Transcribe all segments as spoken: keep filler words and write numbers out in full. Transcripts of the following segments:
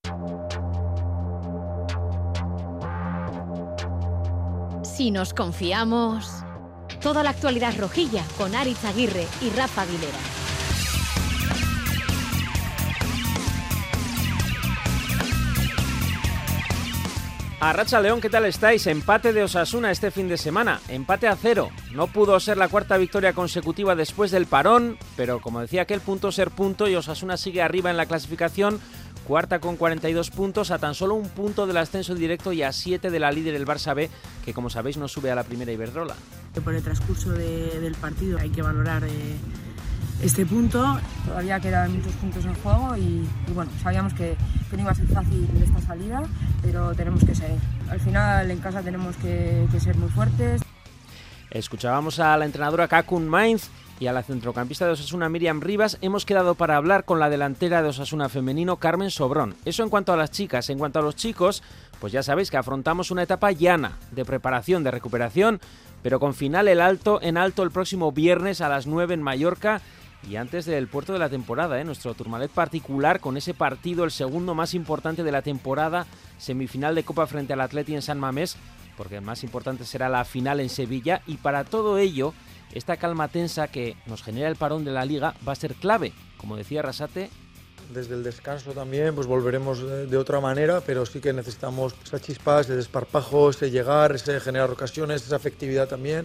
Si nos confiamos, toda la actualidad rojilla con Aritz Aguirre y Rafa Aguilera. Arratsaldeon, ¿qué tal estáis? Empate de Osasuna este fin de semana, empate a cero. No pudo ser la cuarta victoria consecutiva después del parón, pero como decía aquel, punto ser punto, y Osasuna sigue arriba en la clasificación, cuarta con cuarenta y dos puntos, a tan solo un punto del ascenso directo y a siete de la líder, el Barça B, que como sabéis no sube a la primera Iberdrola. Por el transcurso de, del partido hay que valorar eh, este punto, todavía quedan muchos puntos en juego y, y bueno, sabíamos que, que no iba a ser fácil esta salida, pero tenemos que seguir. Al final en casa tenemos que, que ser muy fuertes. Escuchábamos a la entrenadora Kakun Mainz y a la centrocampista de Osasuna Miriam Rivas. Hemos quedado para hablar con la delantera de Osasuna femenino Carmen Sobrón. Eso en cuanto a las chicas. En cuanto a los chicos, pues ya sabéis que afrontamos una etapa llana de preparación, de recuperación, pero con final el alto en alto el próximo viernes a las nueve en Mallorca y antes del puerto de la temporada, ¿eh? Nuestro Tourmalet particular con ese partido, el segundo más importante de la temporada, semifinal de Copa frente al Atleti en San Mamés, porque el más importante será la final en Sevilla, y para todo ello, esta calma tensa que nos genera el parón de la Liga va a ser clave, como decía Arrasate. Desde el descanso también pues volveremos de, de otra manera, pero sí que necesitamos esa chispa, ese desparpajo, ese llegar, ese generar ocasiones, esa efectividad también.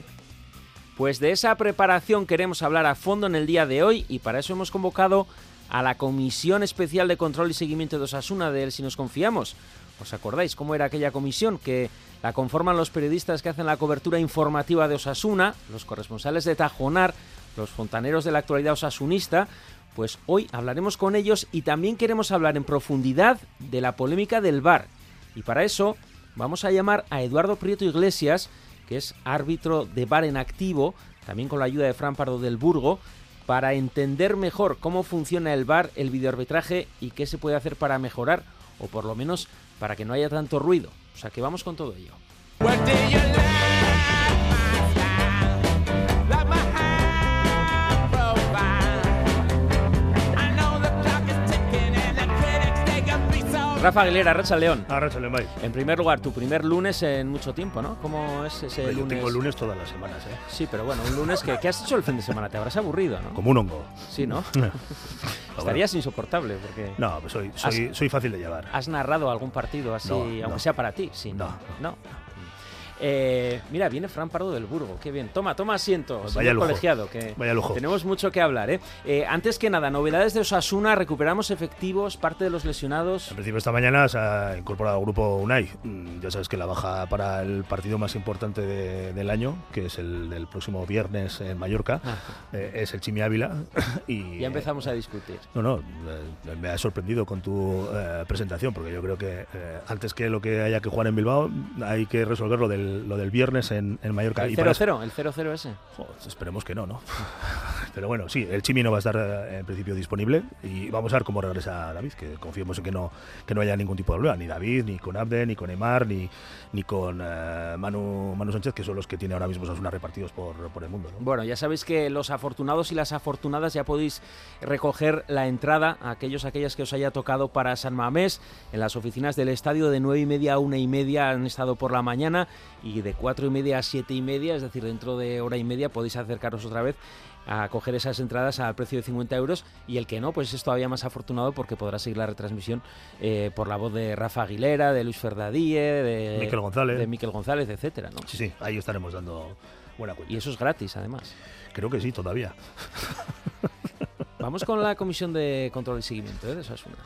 Pues de esa preparación queremos hablar a fondo en el día de hoy, y para eso hemos convocado a la Comisión Especial de Control y Seguimiento de Osasuna de él Si Nos Confiamos. ¿Os acordáis cómo era aquella comisión? Que la conforman los periodistas que hacen la cobertura informativa de Osasuna, los corresponsales de Tajonar, los fontaneros de la actualidad osasunista. Pues hoy hablaremos con ellos y también queremos hablar en profundidad de la polémica del V A R. Y para eso vamos a llamar a Eduardo Prieto Iglesias, que es árbitro de V A R en activo, también con la ayuda de Fran Pardo del Burgo, para entender mejor cómo funciona el V A R, el videoarbitraje y qué se puede hacer para mejorar, o por lo menos para que no haya tanto ruido. O sea que vamos con todo ello. Rafa Aguilera, Arratsaldeon. Arratsaldeon, bye. En primer lugar, tu primer lunes en mucho tiempo, ¿no? ¿Cómo es ese Yo lunes? tengo lunes todas las semanas, ¿eh? Sí, pero bueno, un lunes que ¿qué has hecho el fin de semana? Te habrás aburrido, ¿no? Como un hongo. Sí, ¿no? Estarías insoportable porque... No, pues soy, soy, has, soy fácil de llevar. ¿Has narrado algún partido así, no, aunque no. sea para ti? Sí, no. No. no. Eh, mira, viene Fran Pardo del Burgo, qué bien. Toma, toma asiento, pues señor vaya lujo. colegiado, que vaya lujo. Tenemos mucho que hablar, ¿eh? ¿eh? Antes que nada, novedades de Osasuna, recuperamos efectivos, parte de los lesionados. En principio esta mañana se ha incorporado al grupo Unai. Ya sabes que la baja para el partido más importante de, del año, que es el del próximo viernes en Mallorca, ah. eh, es el Chimi Ávila. Y ya empezamos a discutir. No, no, eh, me ha sorprendido con tu eh, presentación, porque yo creo que eh, antes que lo que haya que jugar en Bilbao, hay que resolver lo del, lo del viernes en, en Mallorca. El cero cero, el cero cero ese. Joder, esperemos que no, ¿no? Pero bueno, sí, el Chimi no va a estar eh, en principio disponible y vamos a ver cómo regresa David, que confiemos en que no, que no haya ningún tipo de problema, ni David, ni con Abde, ni con Emar, ni, ni con eh, Manu, Manu Sánchez, que son los que tiene ahora mismo Osasuna repartidos por, por el mundo, ¿no? Bueno, ya sabéis que los afortunados y las afortunadas ya podéis recoger la entrada a aquellos, aquellas que os haya tocado para San Mamés, en las oficinas del estadio de nueve y media a una y media han estado por la mañana y de cuatro y media a siete y media, es decir, dentro de hora y media podéis acercaros otra vez a coger esas entradas al precio de cincuenta euros, y el que no, pues es todavía más afortunado porque podrá seguir la retransmisión eh, por la voz de Rafa Aguilera, de Luis Ferdadíe, de Miquel González, de Miquel González, etcétera, ¿no? Sí, sí, ahí estaremos dando buena cuenta. Y eso es gratis, además. Creo que sí, todavía. Vamos con la Comisión de Control y Seguimiento, ¿eh? De Osasuna.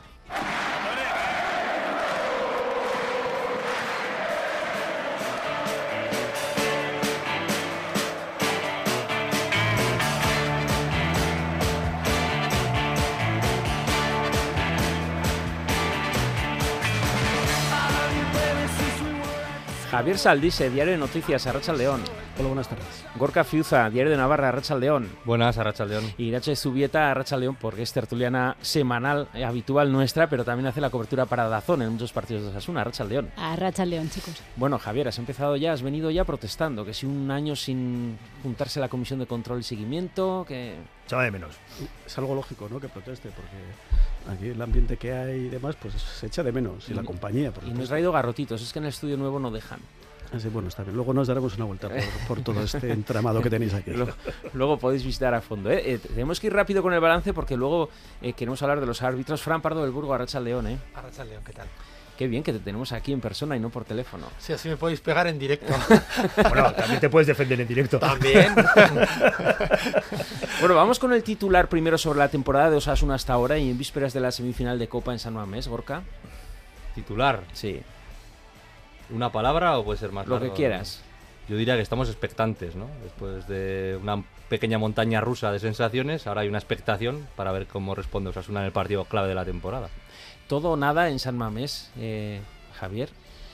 Javier Saldice, Diario de Noticias, Arratsaldeon. Hola, buenas tardes. Gorka Fiuza, Diario de Navarra, Arratsaldeon. Buenas, Arratsaldeon. Y Irache Zubieta, Arratsaldeon, porque es tertuliana semanal, eh, habitual nuestra, pero también hace la cobertura para Dazón en muchos partidos de Osasuna, Arratsaldeon. Arratsaldeon, chicos. Bueno, Javier, has empezado ya, has venido ya protestando, que si un año sin juntarse la Comisión de Control y Seguimiento, que... echaba de menos. Es algo lógico, ¿no?, que proteste, porque aquí el ambiente que hay y demás, pues se echa de menos, y, y la compañía. Por y me he traído garrotitos, es que en el estudio nuevo no dejan. Así, bueno, está bien. Luego nos daremos una vuelta por, por todo este entramado que tenéis aquí. Luego, luego podéis visitar a fondo. ¿eh? Eh, tenemos que ir rápido con el balance porque luego eh, queremos hablar de los árbitros. Fran Pardo del Burgo, Arratsaldeon, ¿eh? Arratsaldeon, ¿qué tal? Qué bien que te tenemos aquí en persona y no por teléfono. Sí, así me podéis pegar en directo. Bueno, también te puedes defender en directo. También. Bueno, vamos con el titular primero sobre la temporada de Osasuna hasta ahora y en vísperas de la semifinal de Copa en San Mamés, Gorka. ¿Titular? Sí. ¿Una palabra o puede ser más Lo largo? que quieras. Yo diría que estamos expectantes, ¿no? Después de una pequeña montaña rusa de sensaciones, ahora hay una expectación para ver cómo responde Osasuna en el partido clave de la temporada. Todo o nada en San Mamés, eh, Javier.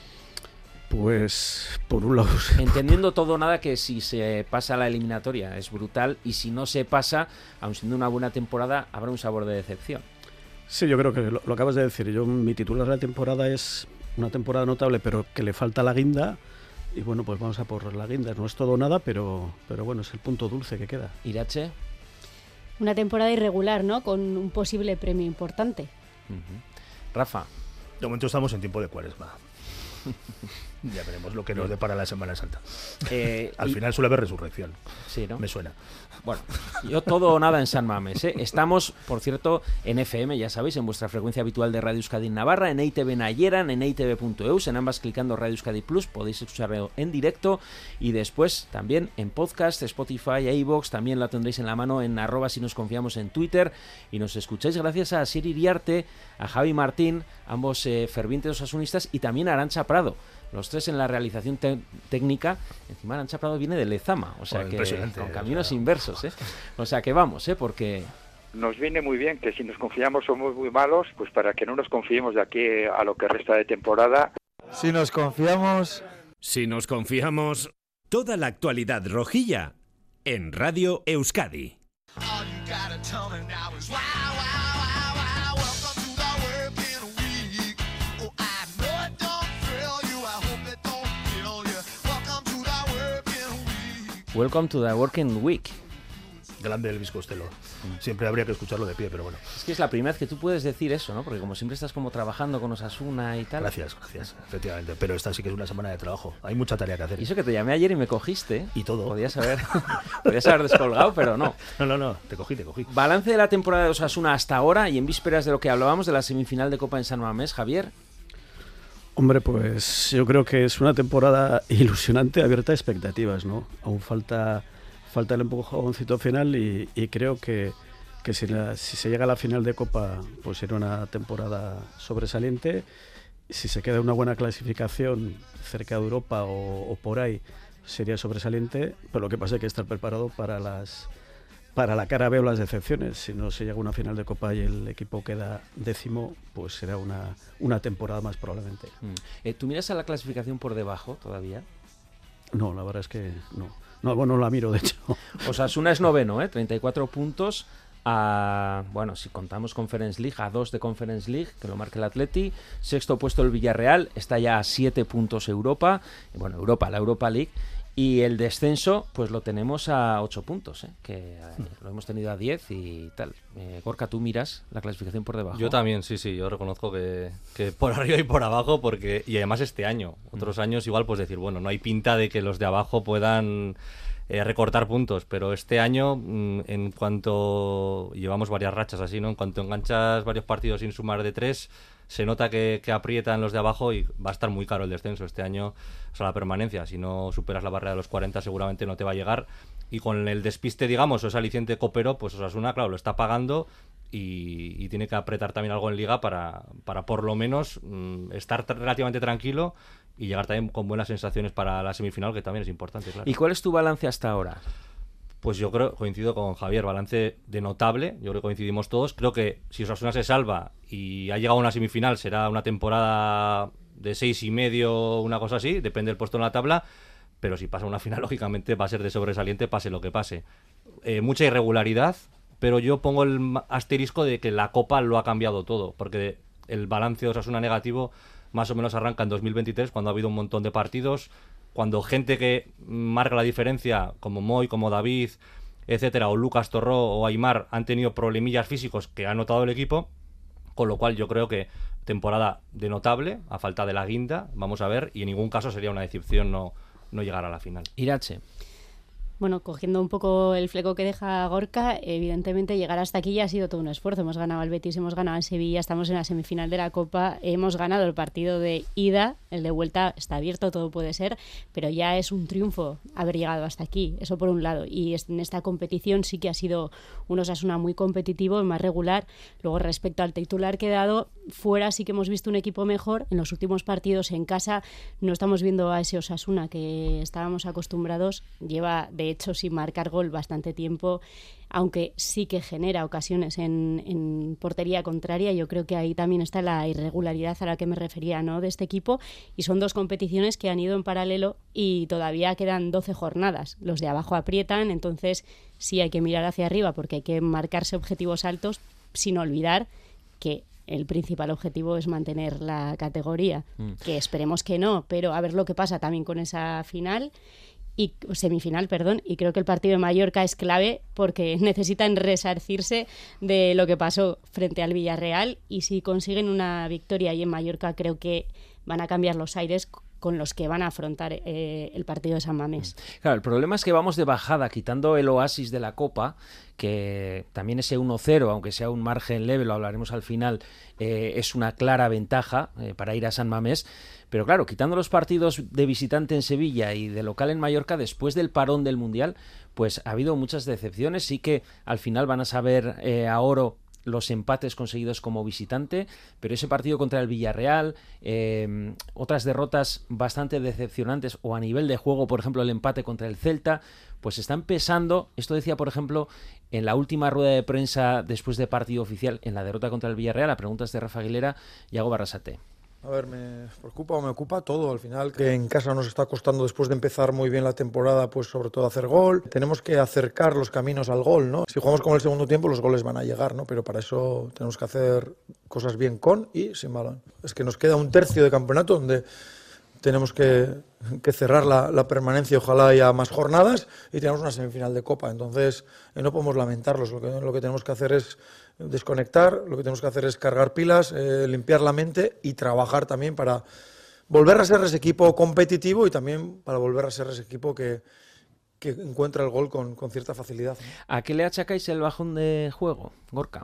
Pues, por un lado... Entendiendo todo o nada que si se pasa a la eliminatoria es brutal y si no se pasa, aun siendo una buena temporada, habrá un sabor de decepción. Sí, yo creo que lo, lo acabas de decir. Yo, mi titular de la temporada es una temporada notable, pero que le falta la guinda. Y bueno, pues vamos a por la guinda. No es todo o nada, pero, pero bueno, es el punto dulce que queda. Irache. Una temporada irregular, ¿no? Con un posible premio importante. Uh-huh. Rafa. De momento estamos en tiempo de Cuaresma. Ya veremos lo que nos depara la Semana Santa. Eh, Al y... final suele haber resurrección. Sí, ¿no? Me suena. Bueno, yo todo o nada en San Mamés, ¿eh? Estamos, por cierto, en F M, ya sabéis, en vuestra frecuencia habitual de Radio Euskadi en Navarra, en E I T V Nayeran, en E I T V punto eus, en ambas clicando Radio Euskadi Plus, podéis escucharlo en directo y después también en podcast, Spotify, iVoox, también la tendréis en la mano en arroba si nos confiamos en Twitter y nos escucháis gracias a Siri Iriarte, a Javi Martín, ambos eh, fervientes osasunistas y también a Arantxa Prado. Los tres en la realización te- técnica. Encima Arantxa Prado viene de Lezama, o sea Bueno, que con caminos o sea... inversos, ¿eh? O sea que vamos, ¿eh? Porque nos viene muy bien que si nos confiamos somos muy malos, pues para que no nos confiemos de aquí a lo que resta de temporada. Si nos confiamos... Si nos confiamos, toda la actualidad rojilla en Radio Euskadi. Welcome to the Working Week. Grande Elvis Costello. Siempre habría que escucharlo de pie, pero bueno. Es que es la primera vez que tú puedes decir eso, ¿no? Porque como siempre estás como trabajando con Osasuna y tal. Gracias, gracias, efectivamente. Pero esta sí que es una semana de trabajo. Hay mucha tarea que hacer. Y eso que te llamé ayer y me cogiste. Y todo. Podías haber, podías haber descolgado, pero no. No, no, no. Te cogí, te cogí. Balance de la temporada de Osasuna hasta ahora y en vísperas de lo que hablábamos de la semifinal de Copa en San Mamés, Javier. Hombre, pues yo creo que es una temporada ilusionante, abierta a expectativas, ¿no? Aún falta, falta el empujoncito final y, y creo que, que si, la, si se llega a la final de Copa, pues será una temporada sobresaliente. Si se queda una buena clasificación cerca de Europa o, o por ahí, sería sobresaliente, pero lo que pasa es que hay que estar preparado para las... Para la cara veo las decepciones. Si no se llega a una final de Copa y el equipo queda décimo, pues será una, una temporada más probablemente. Mm. Eh, ¿Tú miras a la clasificación por debajo todavía? No, la verdad es que no. No, bueno, no la miro, de hecho. Osasuna es noveno, ¿eh? treinta y cuatro puntos. A, bueno, si contamos Conference League, a dos de Conference League, que lo marca el Atleti. Sexto puesto el Villarreal, está ya a siete puntos Europa. Bueno, Europa, la Europa League. Y el descenso, pues lo tenemos a ocho puntos, ¿eh? Que eh, lo hemos tenido a diez y tal. Eh, Gorka, ¿tú miras la clasificación por debajo? Yo también, sí, sí, yo reconozco que, que por arriba y por abajo, porque y además este año, otros mm. años igual pues decir, bueno, no hay pinta de que los de abajo puedan eh, recortar puntos, pero este año, mm, en cuanto llevamos varias rachas así, ¿no? En cuanto enganchas varios partidos sin sumar de tres, se nota que, que aprietan los de abajo y va a estar muy caro el descenso este año, o sea, la permanencia. Si no superas la barrera de los cuarenta seguramente no te va a llegar, y con el despiste, digamos, o ese aliciente copero, pues Osasuna, claro, lo está pagando y, y tiene que apretar también algo en Liga para, para por lo menos mmm, estar t- relativamente tranquilo y llegar también con buenas sensaciones para la semifinal, que también es importante, claro. ¿Y cuál es tu balance hasta ahora? Pues yo creo, coincido con Javier, balance de notable, yo creo que coincidimos todos. Creo que si Osasuna se salva y ha llegado a una semifinal, será una temporada de seis y medio, una cosa así, depende del puesto en la tabla, pero si pasa una final, lógicamente va a ser de sobresaliente, pase lo que pase. Eh, mucha irregularidad, pero yo pongo el asterisco de que la Copa lo ha cambiado todo, porque el balance de Osasuna negativo más o menos arranca en dos mil veintitrés, cuando ha habido un montón de partidos, cuando gente que marca la diferencia, como Moy, como David, etcétera, o Lucas Torró o Aimar han tenido problemillas físicos que ha notado el equipo, con lo cual yo creo que temporada de notable, a falta de la guinda, vamos a ver, y en ningún caso sería una decepción no, no llegar a la final. Irache. Bueno, cogiendo un poco el fleco que deja Gorka, evidentemente llegar hasta aquí ya ha sido todo un esfuerzo. Hemos ganado al Betis, hemos ganado al Sevilla, estamos en la semifinal de la Copa, hemos ganado el partido de ida, el de vuelta está abierto, todo puede ser, pero ya es un triunfo haber llegado hasta aquí, eso por un lado. Y en esta competición sí que ha sido un Osasuna muy competitivo, más regular. Luego, respecto al titular que he dado, fuera sí que hemos visto un equipo mejor. En los últimos partidos en casa no estamos viendo a ese Osasuna que estábamos acostumbrados. Lleva, de hecho, sin marcar gol bastante tiempo, aunque sí que genera ocasiones en, en portería contraria. Yo creo que ahí también está la irregularidad a la que me refería, ¿no?, de este equipo, y son dos competiciones que han ido en paralelo y todavía quedan doce jornadas. Los de abajo aprietan, entonces sí hay que mirar hacia arriba porque hay que marcarse objetivos altos, sin olvidar que el principal objetivo es mantener la categoría, mm. que esperemos que no, pero a ver lo que pasa también con esa final y semifinal, perdón, y creo que el partido de Mallorca es clave porque necesitan resarcirse de lo que pasó frente al Villarreal, y si consiguen una victoria ahí en Mallorca creo que van a cambiar los aires con los que van a afrontar eh, el partido de San Mamés. Claro, el problema es que vamos de bajada, quitando el oasis de la Copa, que también ese uno cero, aunque sea un margen leve, lo hablaremos al final, eh, es una clara ventaja eh, para ir a San Mamés. Pero claro, quitando los partidos de visitante en Sevilla y de local en Mallorca, después del parón del Mundial, pues ha habido muchas decepciones. Sí que al final van a saber eh, a oro los empates conseguidos como visitante, pero ese partido contra el Villarreal, eh, otras derrotas bastante decepcionantes, o a nivel de juego, por ejemplo, el empate contra el Celta, pues están pesando. Esto decía, por ejemplo, en la última rueda de prensa después de partido oficial, en la derrota contra el Villarreal, a preguntas de Rafa Aguilera, Yago Barrasate. A ver, me preocupa o me ocupa todo. Al final, que en casa nos está costando, después de empezar muy bien la temporada, pues sobre todo hacer gol. Tenemos que acercar los caminos al gol, ¿no? Si jugamos como el segundo tiempo, los goles van a llegar, ¿no? Pero para eso tenemos que hacer cosas bien con y sin balón. Es que nos queda un tercio de campeonato donde tenemos que, que cerrar la, la permanencia, ojalá haya más jornadas, y tenemos una semifinal de Copa. Entonces, eh, no podemos lamentarlos. Lo que, lo que tenemos que hacer es desconectar, lo que tenemos que hacer es cargar pilas, eh, limpiar la mente y trabajar también para volver a ser ese equipo competitivo y también para volver a ser ese equipo que, que encuentra el gol con, con cierta facilidad, ¿no? ¿A qué le achacáis el bajón de juego, Gorka?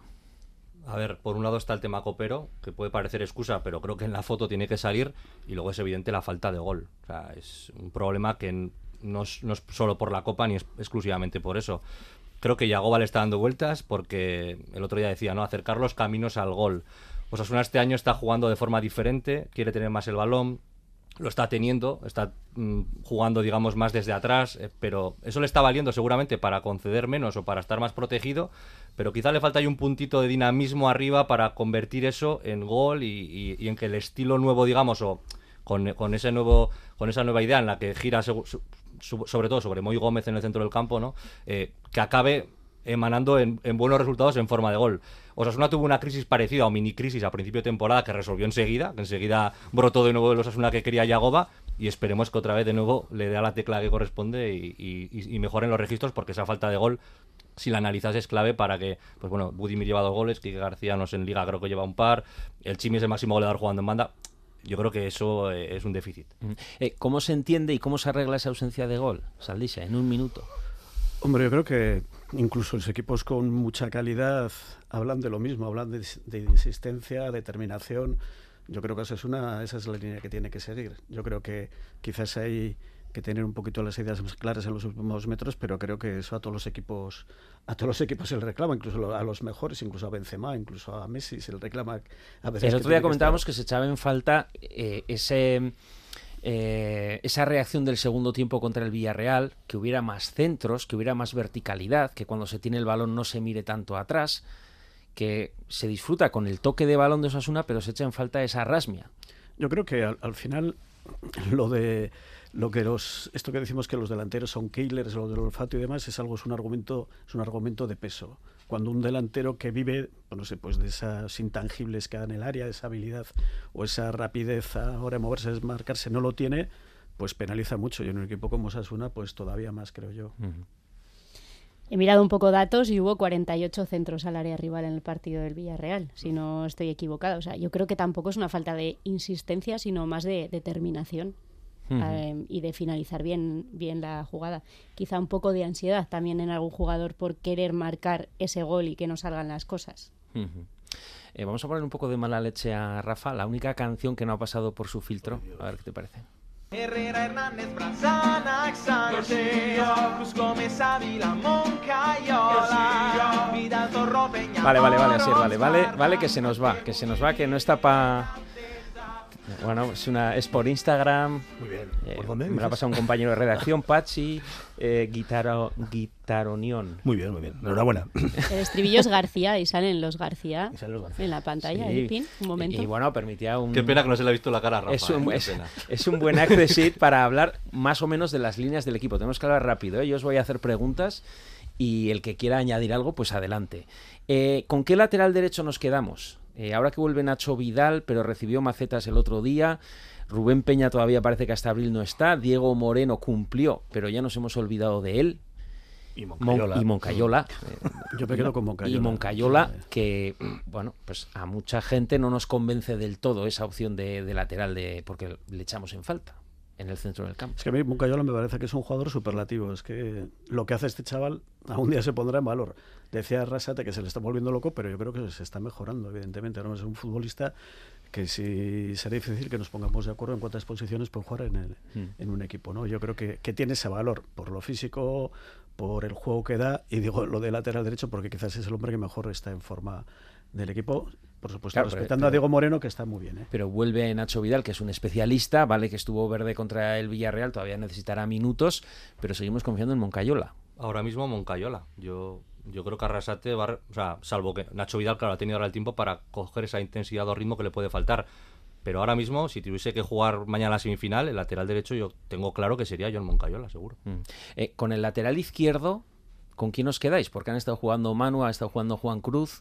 A ver, por un lado está el tema copero, que puede parecer excusa, pero creo que en la foto tiene que salir, y luego es evidente la falta de gol. O sea, es un problema que no es, no es solo por la Copa ni es exclusivamente por eso. Creo que Yagoba le está dando vueltas porque el otro día decía, ¿no?, acercar los caminos al gol. Osasuna este año está jugando de forma diferente, quiere tener más el balón, lo está teniendo, está mm, jugando, digamos, más desde atrás, eh, pero eso le está valiendo seguramente para conceder menos o para estar más protegido, pero quizá le falta ahí un puntito de dinamismo arriba para convertir eso en gol y, y, y en que el estilo nuevo, digamos, o con, con ese nuevo con esa nueva idea en la que gira su, su, sobre todo sobre Moy Gómez en el centro del campo, ¿no?, eh, que acabe emanando en, en buenos resultados en forma de gol. Osasuna tuvo una crisis parecida o mini crisis a principio de temporada que resolvió enseguida, que enseguida brotó de nuevo el Osasuna que quería Yagoba, y esperemos que otra vez de nuevo le dé a la tecla que corresponde y, y, y mejoren los registros, porque esa falta de gol, si la analizas, es clave para que, pues bueno, Budimir lleva dos goles, Quique García no sé, en Liga creo que lleva un par, el Chimi es el máximo goleador jugando en banda. Yo creo que eso eh, es un déficit. Eh, ¿Cómo se entiende y cómo se arregla esa ausencia de gol, Saldisa, en un minuto? Hombre, yo creo que incluso los equipos con mucha calidad hablan de lo mismo, hablan de, de insistencia, determinación. Yo creo que esa es, una, esa es la línea que tiene que seguir. Yo creo que quizás hay que tener un poquito las ideas más claras en los últimos metros, pero creo que eso a todos los equipos a todos los equipos se les reclama, incluso a los mejores, incluso a Benzema, incluso a Messi se les reclama a veces. El otro día comentábamos que, que se echaba en falta eh, ese... Eh, esa reacción del segundo tiempo contra el Villarreal, que hubiera más centros, que hubiera más verticalidad, que cuando se tiene el balón no se mire tanto atrás, que se disfruta con el toque de balón de Osasuna, pero se echa en falta esa rasmia. Yo creo que al, al final lo de lo que los esto que decimos que los delanteros son killers, lo del olfato y demás, es algo es un argumento es un argumento de peso. Cuando un delantero que vive, no sé, pues de esas intangibles que dan en el área, esa habilidad o esa rapidez a la hora de moverse, desmarcarse, no lo tiene, pues penaliza mucho. Y en un equipo como Osasuna, pues todavía más, creo yo. Uh-huh. He mirado un poco datos y hubo cuarenta y ocho centros al área rival en el partido del Villarreal, si no estoy equivocado. O sea, yo creo que tampoco es una falta de insistencia, sino más de determinación. Uh-huh. eh, y de finalizar bien, bien la jugada. Quizá un poco de ansiedad también en algún jugador por querer marcar ese gol y que no salgan las cosas. Uh-huh. Eh, vamos a poner un poco de mala leche a Rafa, la única canción que no ha pasado por su filtro. A ver qué te parece. Herrera, Hernández, Brasana, Sánchez, Gómez, Ávila, Moncayola, Vidal, Zorro, Peña. Vale, vale, vale, así, vale, vale, vale, que se nos va, que se nos va, que no está para... Bueno, es una es por Instagram. Muy bien. Eh, ¿Por dónde me lo ha pasado un compañero de redacción, Pachi, eh, Guitaro, Guitaronión. Muy bien, muy bien. Enhorabuena. El estribillo es García y salen los García, salen los García. en la pantalla. Sí. Ahí, pin, un momento. Y, y bueno, permitía un... Qué pena que no se le ha visto la cara a Rafa. Es un, eh, es, pena. es un buen accessit para hablar más o menos de las líneas del equipo. Tenemos que hablar rápido, ¿eh? Yo os voy a hacer preguntas y el que quiera añadir algo, pues adelante. Eh, ¿Con qué lateral derecho nos quedamos? Eh, ahora que vuelve Nacho Vidal, pero recibió macetas el otro día. Rubén Peña todavía parece que hasta abril no está. Diego Moreno cumplió, pero ya nos hemos olvidado de él. Y Moncayola. Mon- y Moncayola. Yo me quedo con Moncayola. Y Moncayola, que, bueno, pues a mucha gente no nos convence del todo esa opción de, de lateral, de porque le echamos en falta en el centro del campo. Es que a mí Moncayola me parece que es un jugador superlativo. Es que lo que hace este chaval a un día se pondrá en valor. Decía Arrasate que se le está volviendo loco, pero yo creo que se está mejorando, evidentemente. Ahora es un futbolista que sí será difícil que nos pongamos de acuerdo en cuántas posiciones puede jugar en, el, mm. en un equipo, ¿no? Yo creo que, que tiene ese valor por lo físico, por el juego que da, y digo lo de lateral derecho porque quizás es el hombre que mejor está en forma del equipo, por supuesto, claro, respetando pero, a Diego Moreno, que está muy bien, ¿eh? Pero vuelve Nacho Vidal, que es un especialista, vale, que estuvo verde contra el Villarreal, todavía necesitará minutos, pero seguimos confiando en Moncayola. Ahora mismo Moncayola. Yo yo creo que Arrasate va, o sea, salvo que Nacho Vidal, claro, ha tenido ahora el tiempo para coger esa intensidad o ritmo que le puede faltar. Pero ahora mismo, si tuviese que jugar mañana la semifinal, el lateral derecho yo tengo claro que sería John Moncayola, seguro. Mm. Eh, con el lateral izquierdo, ¿con quién os quedáis? Porque han estado jugando Manu, ha estado jugando Juan Cruz.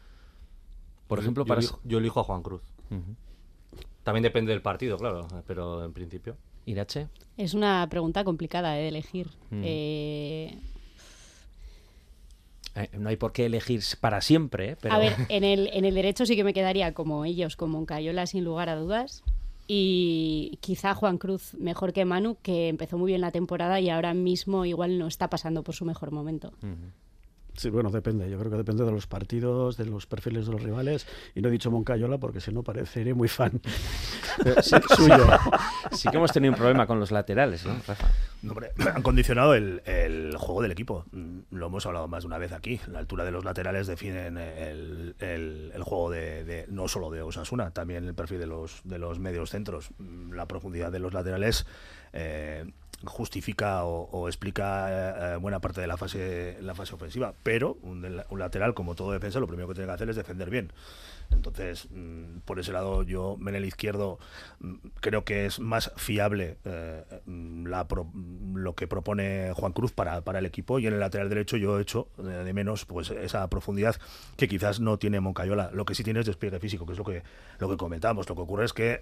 Por yo, ejemplo, yo para... Elijo, yo elijo a Juan Cruz. Uh-huh. También depende del partido, claro, pero en principio. ¿Irache? Es una pregunta complicada eh, de elegir. Mm. Eh... No hay por qué elegir para siempre, ¿eh? Pero... A ver, en el, en el derecho sí que me quedaría como ellos, con Moncayola sin lugar a dudas. Y quizá Juan Cruz mejor que Manu, que empezó muy bien la temporada y ahora mismo igual no está pasando por su mejor momento. Uh-huh. Sí, bueno, depende. Yo creo que depende de los partidos, de los perfiles de los rivales. Y no he dicho Moncayola porque si no pareceré muy fan sí, suyo. Sí que hemos tenido un problema con los laterales, ¿no, Rafa? No, hombre, han condicionado el, el juego del equipo. Lo hemos hablado más de una vez aquí. La altura de los laterales definen el, el, el juego de, de no solo de Osasuna, también el perfil de los, de los medios centros. La profundidad de los laterales eh, justifica o, o explica eh, buena parte de la fase la fase ofensiva, pero un, un lateral, como todo defensa, lo primero que tiene que hacer es defender bien. Entonces, mmm, por ese lado, yo en el izquierdo mmm, creo que es más fiable eh, la pro, lo que propone Juan Cruz para, para el equipo, y en el lateral derecho yo he hecho de, de menos pues esa profundidad que quizás no tiene Moncayola. Lo que sí tiene es despliegue físico, que es lo que lo que comentábamos. Lo que ocurre es que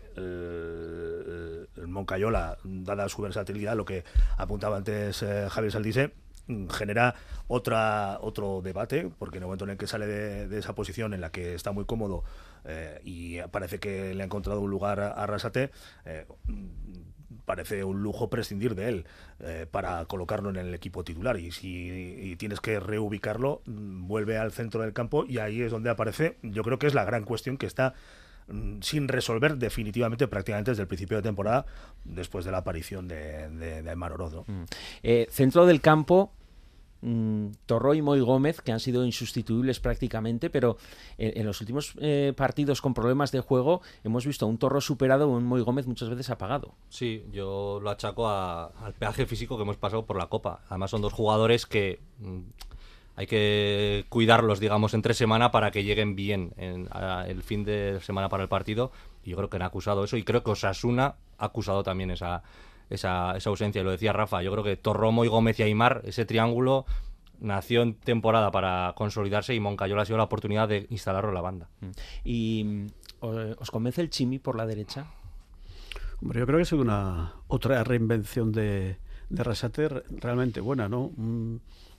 el, el Moncayola, dada su versatilidad, lo que apuntaba antes eh, Javier Saldise, genera otra otro debate, porque en el momento en el que sale de, de esa posición en la que está muy cómodo eh, y parece que le ha encontrado un lugar a Arrasate, eh, parece un lujo prescindir de él eh, para colocarlo en el equipo titular, y si y tienes que reubicarlo, vuelve al centro del campo, y ahí es donde aparece, yo creo que es la gran cuestión que está sin resolver definitivamente prácticamente desde el principio de temporada, después de la aparición de, de, de Aimar Oroz, ¿no? Mm. Eh, centro del campo, mm, Torró y Moi Gómez, que han sido insustituibles prácticamente, pero en, en los últimos eh, partidos con problemas de juego hemos visto a un Torró superado o un Moi Gómez muchas veces apagado. Sí, yo lo achaco a, al peaje físico que hemos pasado por la Copa. Además son dos jugadores que... Mm, hay que cuidarlos, digamos, entre semana para que lleguen bien en, a, el fin de semana para el partido. Y yo creo que han acusado eso. Y creo que Osasuna ha acusado también esa, esa, esa ausencia. Y lo decía Rafa, yo creo que Torromo y Gómez y Aimar, ese triángulo, nació en temporada para consolidarse, y Moncayola ha sido la oportunidad de instalarlo en la banda. ¿Y os convence el Chimi por la derecha? Hombre, yo creo que ha sido una otra reinvención de, de Arrasate realmente buena, ¿no? Un,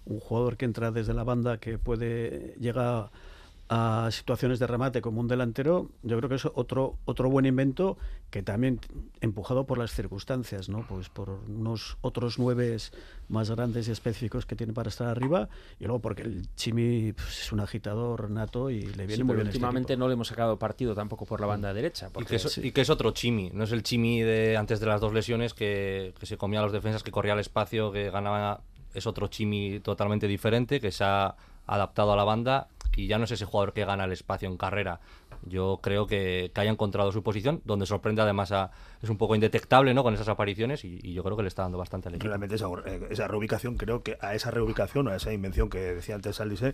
un jugador que entra desde la banda, que puede llegar a situaciones de remate como un delantero, yo creo que es otro otro buen invento, que también empujado por las circunstancias, ¿no? Pues por unos otros nueves más grandes y específicos que tiene para estar arriba, y luego porque el Chimi pues, es un agitador nato y le viene sí, muy pero bien. últimamente este no le hemos sacado partido tampoco por la banda derecha. Porque... Y, que es, sí. y que es otro Chimi, no es el Chimi de antes de las dos lesiones que, que se comía a los defensas, que corría al espacio, que ganaba. Es otro Chimi totalmente diferente, que se ha adaptado a la banda y ya no es ese jugador que gana el espacio en carrera. Yo creo que, que haya encontrado su posición, donde sorprende además a, es un poco indetectable, ¿no?, con esas apariciones, y, y yo creo que le está dando bastante al equipo. Realmente esa, esa reubicación, creo que a esa reubicación, a esa invención que decía antes Aldise,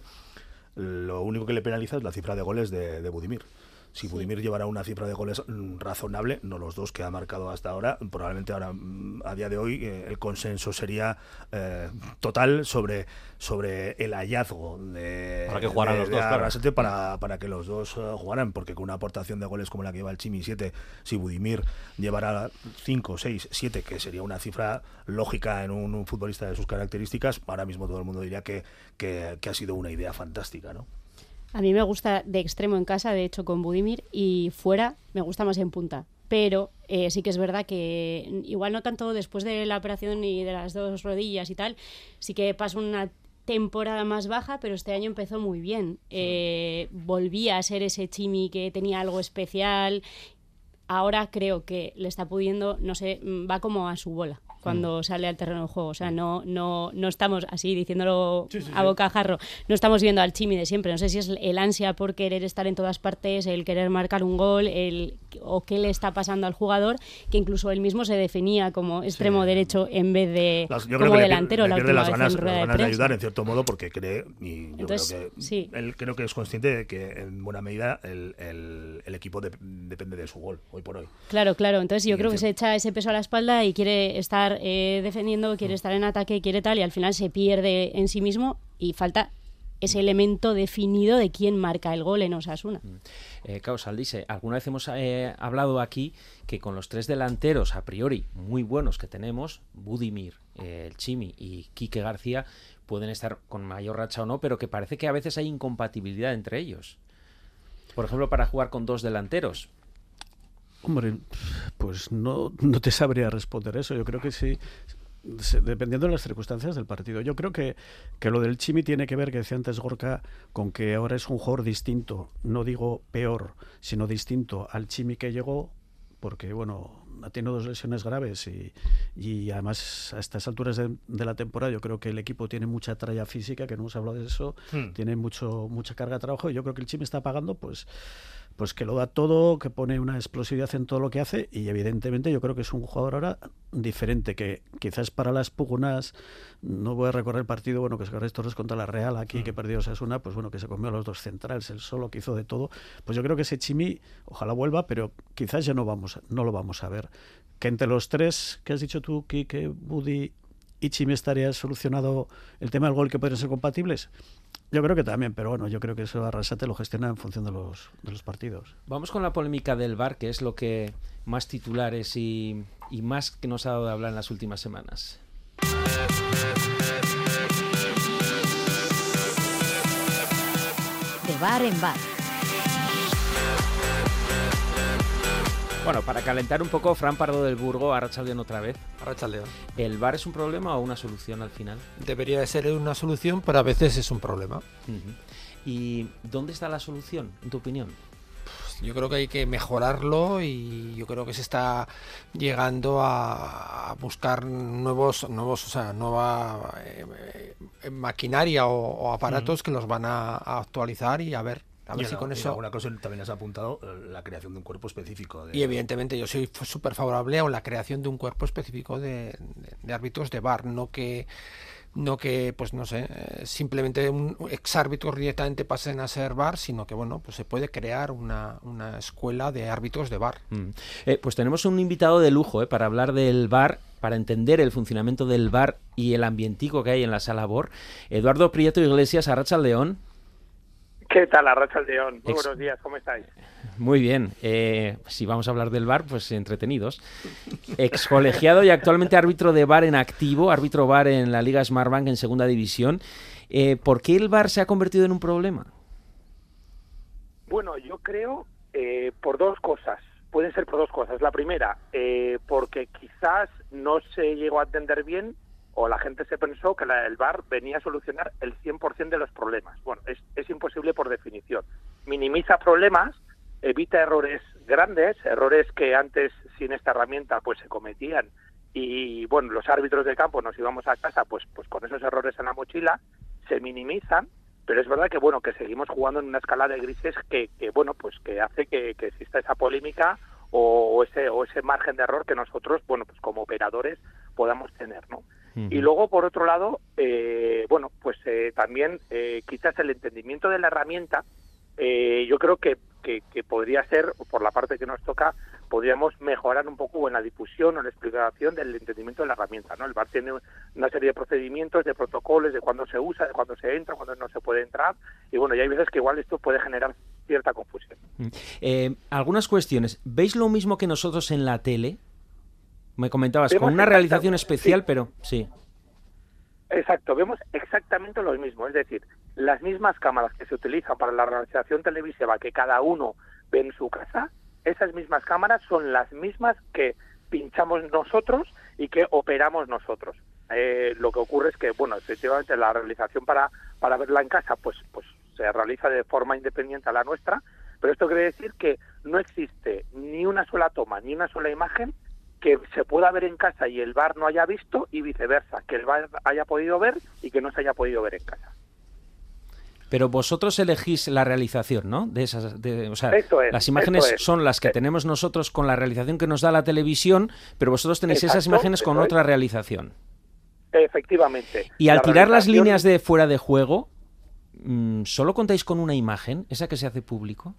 lo único que le penaliza es la cifra de goles de, de Budimir. Si sí. Budimir llevara una cifra de goles razonable, no los dos que ha marcado hasta ahora, probablemente ahora, a día de hoy, eh, el consenso sería eh, total sobre, sobre el hallazgo de, para que jugaran de, los de dos, Arrasate, para, para que los dos uh, jugaran, porque con una aportación de goles como la que lleva el Chimi, siete, si Budimir llevara cinco, seis, siete, que sería una cifra lógica en un, un futbolista de sus características, ahora mismo todo el mundo diría que, que, que ha sido una idea fantástica, ¿no? A mí me gusta de extremo en casa, de hecho con Budimir, y fuera me gusta más en punta. Pero eh, sí que es verdad que igual no tanto después de la operación y de las dos rodillas y tal, sí que pasó una temporada más baja, pero este año empezó muy bien. Eh, volvía a ser ese Chimi que tenía algo especial. Ahora creo que le está pudiendo, no sé, va como a su bola cuando mm. sale al terreno de juego. O sea, no no no estamos así diciéndolo sí, sí, a bocajarro. No estamos viendo al Chimi de siempre. No sé si es el ansia por querer estar en todas partes, el querer marcar un gol, el o qué le está pasando al jugador, que incluso él mismo se definía como extremo sí. derecho en vez de las, como delantero. Le pierde, la las última ganas, vez en rueda las ganas de, de ayudar en cierto modo, porque cree, y yo Entonces, creo que sí. él creo que es consciente de que en buena medida el, el, el equipo de, depende de su gol hoy por hoy. Claro, claro. Entonces yo y creo que se echa ese peso a la espalda y quiere estar eh, defendiendo, quiere estar en ataque, quiere tal, y al final se pierde en sí mismo y falta ese elemento definido de quién marca el gol en Osasuna. Eh, Carlos Aldise, alguna vez hemos eh, hablado aquí que con los tres delanteros a priori muy buenos que tenemos, Budimir, eh, el Chimi y Quique García, pueden estar con mayor racha o no, pero que parece que a veces hay incompatibilidad entre ellos. Por ejemplo, para jugar con dos delanteros. Hombre, pues no, no te sabría responder eso. Yo creo que sí, dependiendo de las circunstancias del partido. Yo creo que, que lo del Chimi tiene que ver, que decía antes Gorka, con que ahora es un jugador distinto, no digo peor, sino distinto al Chimi que llegó, porque bueno, ha tenido dos lesiones graves y, y además a estas alturas de, de la temporada yo creo que el equipo tiene mucha tralla física, que no hemos hablado de eso, hmm. tiene mucho mucha carga de trabajo, y yo creo que el Chimi está pagando pues pues que lo da todo, que pone una explosividad en todo lo que hace, y evidentemente yo creo que es un jugador ahora diferente, que quizás para las pugnas, no voy a recorrer el partido, bueno, que se Carles Torres contra la Real aquí, mm. que perdió Osasuna, pues bueno, que se comió a los dos centrales, él solo, que hizo de todo, pues yo creo que ese Chimi, ojalá vuelva, pero quizás ya no vamos, no lo vamos a ver. Que entre los tres que has dicho tú, Quique, Budi y Chimi, estaría solucionado el tema del gol, que podrían ser compatibles. Yo creo que también, pero bueno, yo creo que eso Arrasate lo gestiona en función de los, de los partidos. Vamos con la polémica del V A R, que es lo que más titulares y, y más que nos ha dado de hablar en las últimas semanas. De bar en bar. Bueno, para calentar un poco, Fran Pardo del Burgo, Arratsaldeon otra vez. Arratsaldeon. ¿El V A R es un problema o una solución al final? Debería de ser una solución, pero a veces es un problema. Uh-huh. ¿Y dónde está la solución, en tu opinión? Pues yo creo que hay que mejorarlo, y yo creo que se está llegando a buscar nuevos, nuevos, o sea, nueva eh, eh, maquinaria o, o aparatos uh-huh. que los van a, a actualizar y a ver. A ver y si con eso. Alguna cosa también has apuntado, la creación de un cuerpo específico. De... Y evidentemente yo soy súper favorable a la creación de un cuerpo específico de, de, de árbitros de V A R, no que, no que, pues no sé, eh, simplemente un exárbitros directamente pasen a ser V A R, sino que bueno, pues se puede crear una, una escuela de árbitros de V A R. Mm. Eh, pues tenemos un invitado de lujo eh, para hablar del V A R, para entender el funcionamiento del V A R y el ambientico que hay en la sala V A R. Eduardo Prieto Iglesias, Arratsaldeon. ¿Qué tal, Arratsaldeon? Muy Ex- buenos días, ¿cómo estáis? Muy bien. Eh, si vamos a hablar del V A R, pues entretenidos. Excolegiado y actualmente árbitro de V A R en activo, árbitro V A R en la Liga Smartbank en segunda división. Eh, ¿Por qué el V A R se ha convertido en un problema? Bueno, yo creo eh, por dos cosas. Pueden ser por dos cosas. La primera, eh, porque quizás no se llegó a entender bien o la gente se pensó que la, el V A R venía a solucionar el cien por ciento de los problemas. Bueno, es, es imposible por definición. Minimiza problemas, evita errores grandes, errores que antes sin esta herramienta pues se cometían y bueno, los árbitros de campo nos íbamos a casa pues pues con esos errores en la mochila, se minimizan. Pero es verdad que bueno que seguimos jugando en una escala de grises que, que bueno pues que hace que, que exista esa polémica o, o ese o ese margen de error que nosotros bueno pues como operadores podamos tener, ¿no? Uh-huh. Y luego por otro lado eh, bueno pues eh, también eh, quizás el entendimiento de la herramienta eh, yo creo que, que que podría ser por la parte que nos toca podríamos mejorar un poco en la difusión o en la explicación del entendimiento de la herramienta, ¿no? El V A R tiene una serie de procedimientos, de protocolos, de cuándo se usa, de cuándo se entra, cuándo no se puede entrar, y bueno, ya hay veces que igual esto puede generar cierta confusión. Eh, algunas cuestiones. ¿Veis lo mismo que nosotros en la tele? Me comentabas, Vemos con una realización exactamente, especial, sí. pero sí. Exacto, vemos exactamente lo mismo, es decir, las mismas cámaras que se utilizan para la realización televisiva que cada uno ve en su casa, esas mismas cámaras son las mismas que pinchamos nosotros y que operamos nosotros. Eh, lo que ocurre es que, bueno, efectivamente la realización para, para verla en casa pues, pues se realiza de forma independiente a la nuestra, pero esto quiere decir que no existe ni una sola toma, ni una sola imagen que se pueda ver en casa y el V A R no haya visto y viceversa, que el V A R haya podido ver y que no se haya podido ver en casa. Pero vosotros elegís la realización, ¿no? De esas, de, o sea, Eso es, las imágenes eso es. son las que tenemos nosotros con la realización que nos da la televisión, pero vosotros tenéis Exacto, esas imágenes con eso otra es. realización. Efectivamente. Y al La tirar las realización- líneas de fuera de juego, mmm, ¿solo contáis con una imagen, esa que se hace público?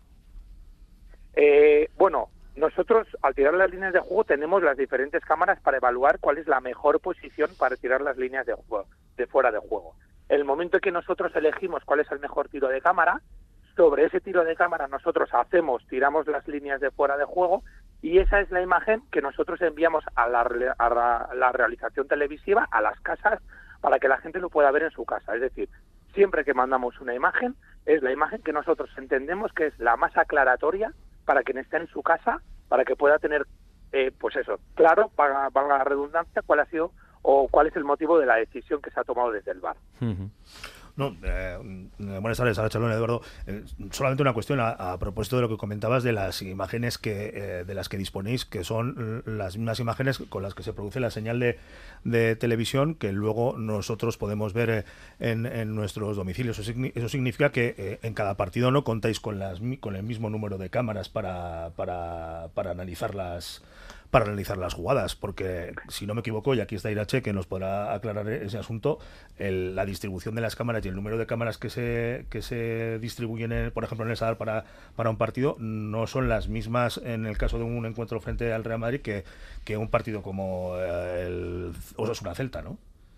Eh, bueno, nosotros al tirar las líneas de juego tenemos las diferentes cámaras para evaluar cuál es la mejor posición para tirar las líneas de juego, de fuera de juego. El momento en que nosotros elegimos cuál es el mejor tiro de cámara, sobre ese tiro de cámara nosotros hacemos, tiramos las líneas de fuera de juego y esa es la imagen que nosotros enviamos a la, re- a la, la realización televisiva, a las casas, para que la gente lo pueda ver en su casa. Es decir, siempre que mandamos una imagen, es la imagen que nosotros entendemos que es la más aclaratoria para quien esté en su casa, para que pueda tener, eh, pues eso, claro, valga, valga la redundancia, cuál ha sido o cuál es el motivo de la decisión que se ha tomado desde el V A R. Uh-huh. No, eh, buenas tardes, Arratsaldeon, Eduardo. Eh, solamente una cuestión a, a propósito de lo que comentabas de las imágenes que eh, de las que disponéis, que son las mismas imágenes con las que se produce la señal de, de televisión que luego nosotros podemos ver eh, en, en nuestros domicilios. Eso, signi- eso significa que eh, en cada partido no contáis con las con el mismo número de cámaras para, para, para analizar las para analizar las jugadas, porque si no me equivoco, y aquí está Irache que nos podrá aclarar ese asunto, el, la distribución de las cámaras y el número de cámaras que se que se distribuyen, en, por ejemplo, en el Sadar para, para un partido, no son las mismas en el caso de un encuentro frente al Real Madrid que, que un partido como eh, el Osasuna Celta, ¿no?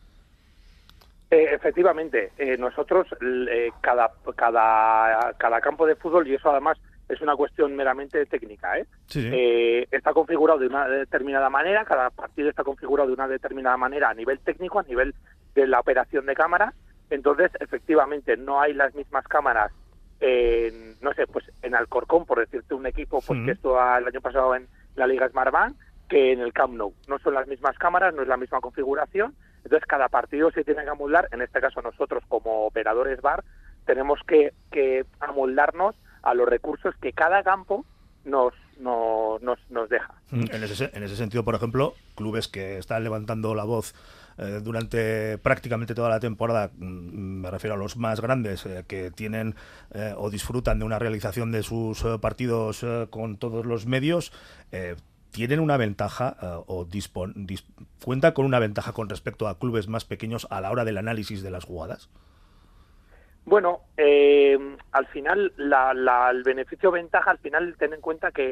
Eh, efectivamente, eh, nosotros eh, cada, cada, cada campo de fútbol, y eso además es una cuestión meramente técnica, ¿eh? Sí, sí. Eh, está configurado de una determinada manera, cada partido está configurado de una determinada manera a nivel técnico, a nivel de la operación de cámara. Entonces, efectivamente, no hay las mismas cámaras en, no sé, pues en Alcorcón, por decirte un equipo pues Mm. que estuvo el año pasado en la Liga Smartbank, que en el Camp Nou. No son las mismas cámaras, no es la misma configuración. Entonces, cada partido se tiene que amoldar. En este caso, nosotros como operadores V A R tenemos que, que amoldarnos a los recursos que cada campo nos, no, nos, nos deja. En ese, en ese sentido, por ejemplo, clubes que están levantando la voz eh, durante prácticamente toda la temporada, mm, me refiero a los más grandes, eh, que tienen eh, o disfrutan de una realización de sus eh, partidos eh, con todos los medios, eh, ¿tienen una ventaja eh, o dispon, dis, cuenta con una ventaja con respecto a clubes más pequeños a la hora del análisis de las jugadas? Bueno, eh, al final, la, la, el beneficio-ventaja, al final, ten en cuenta que,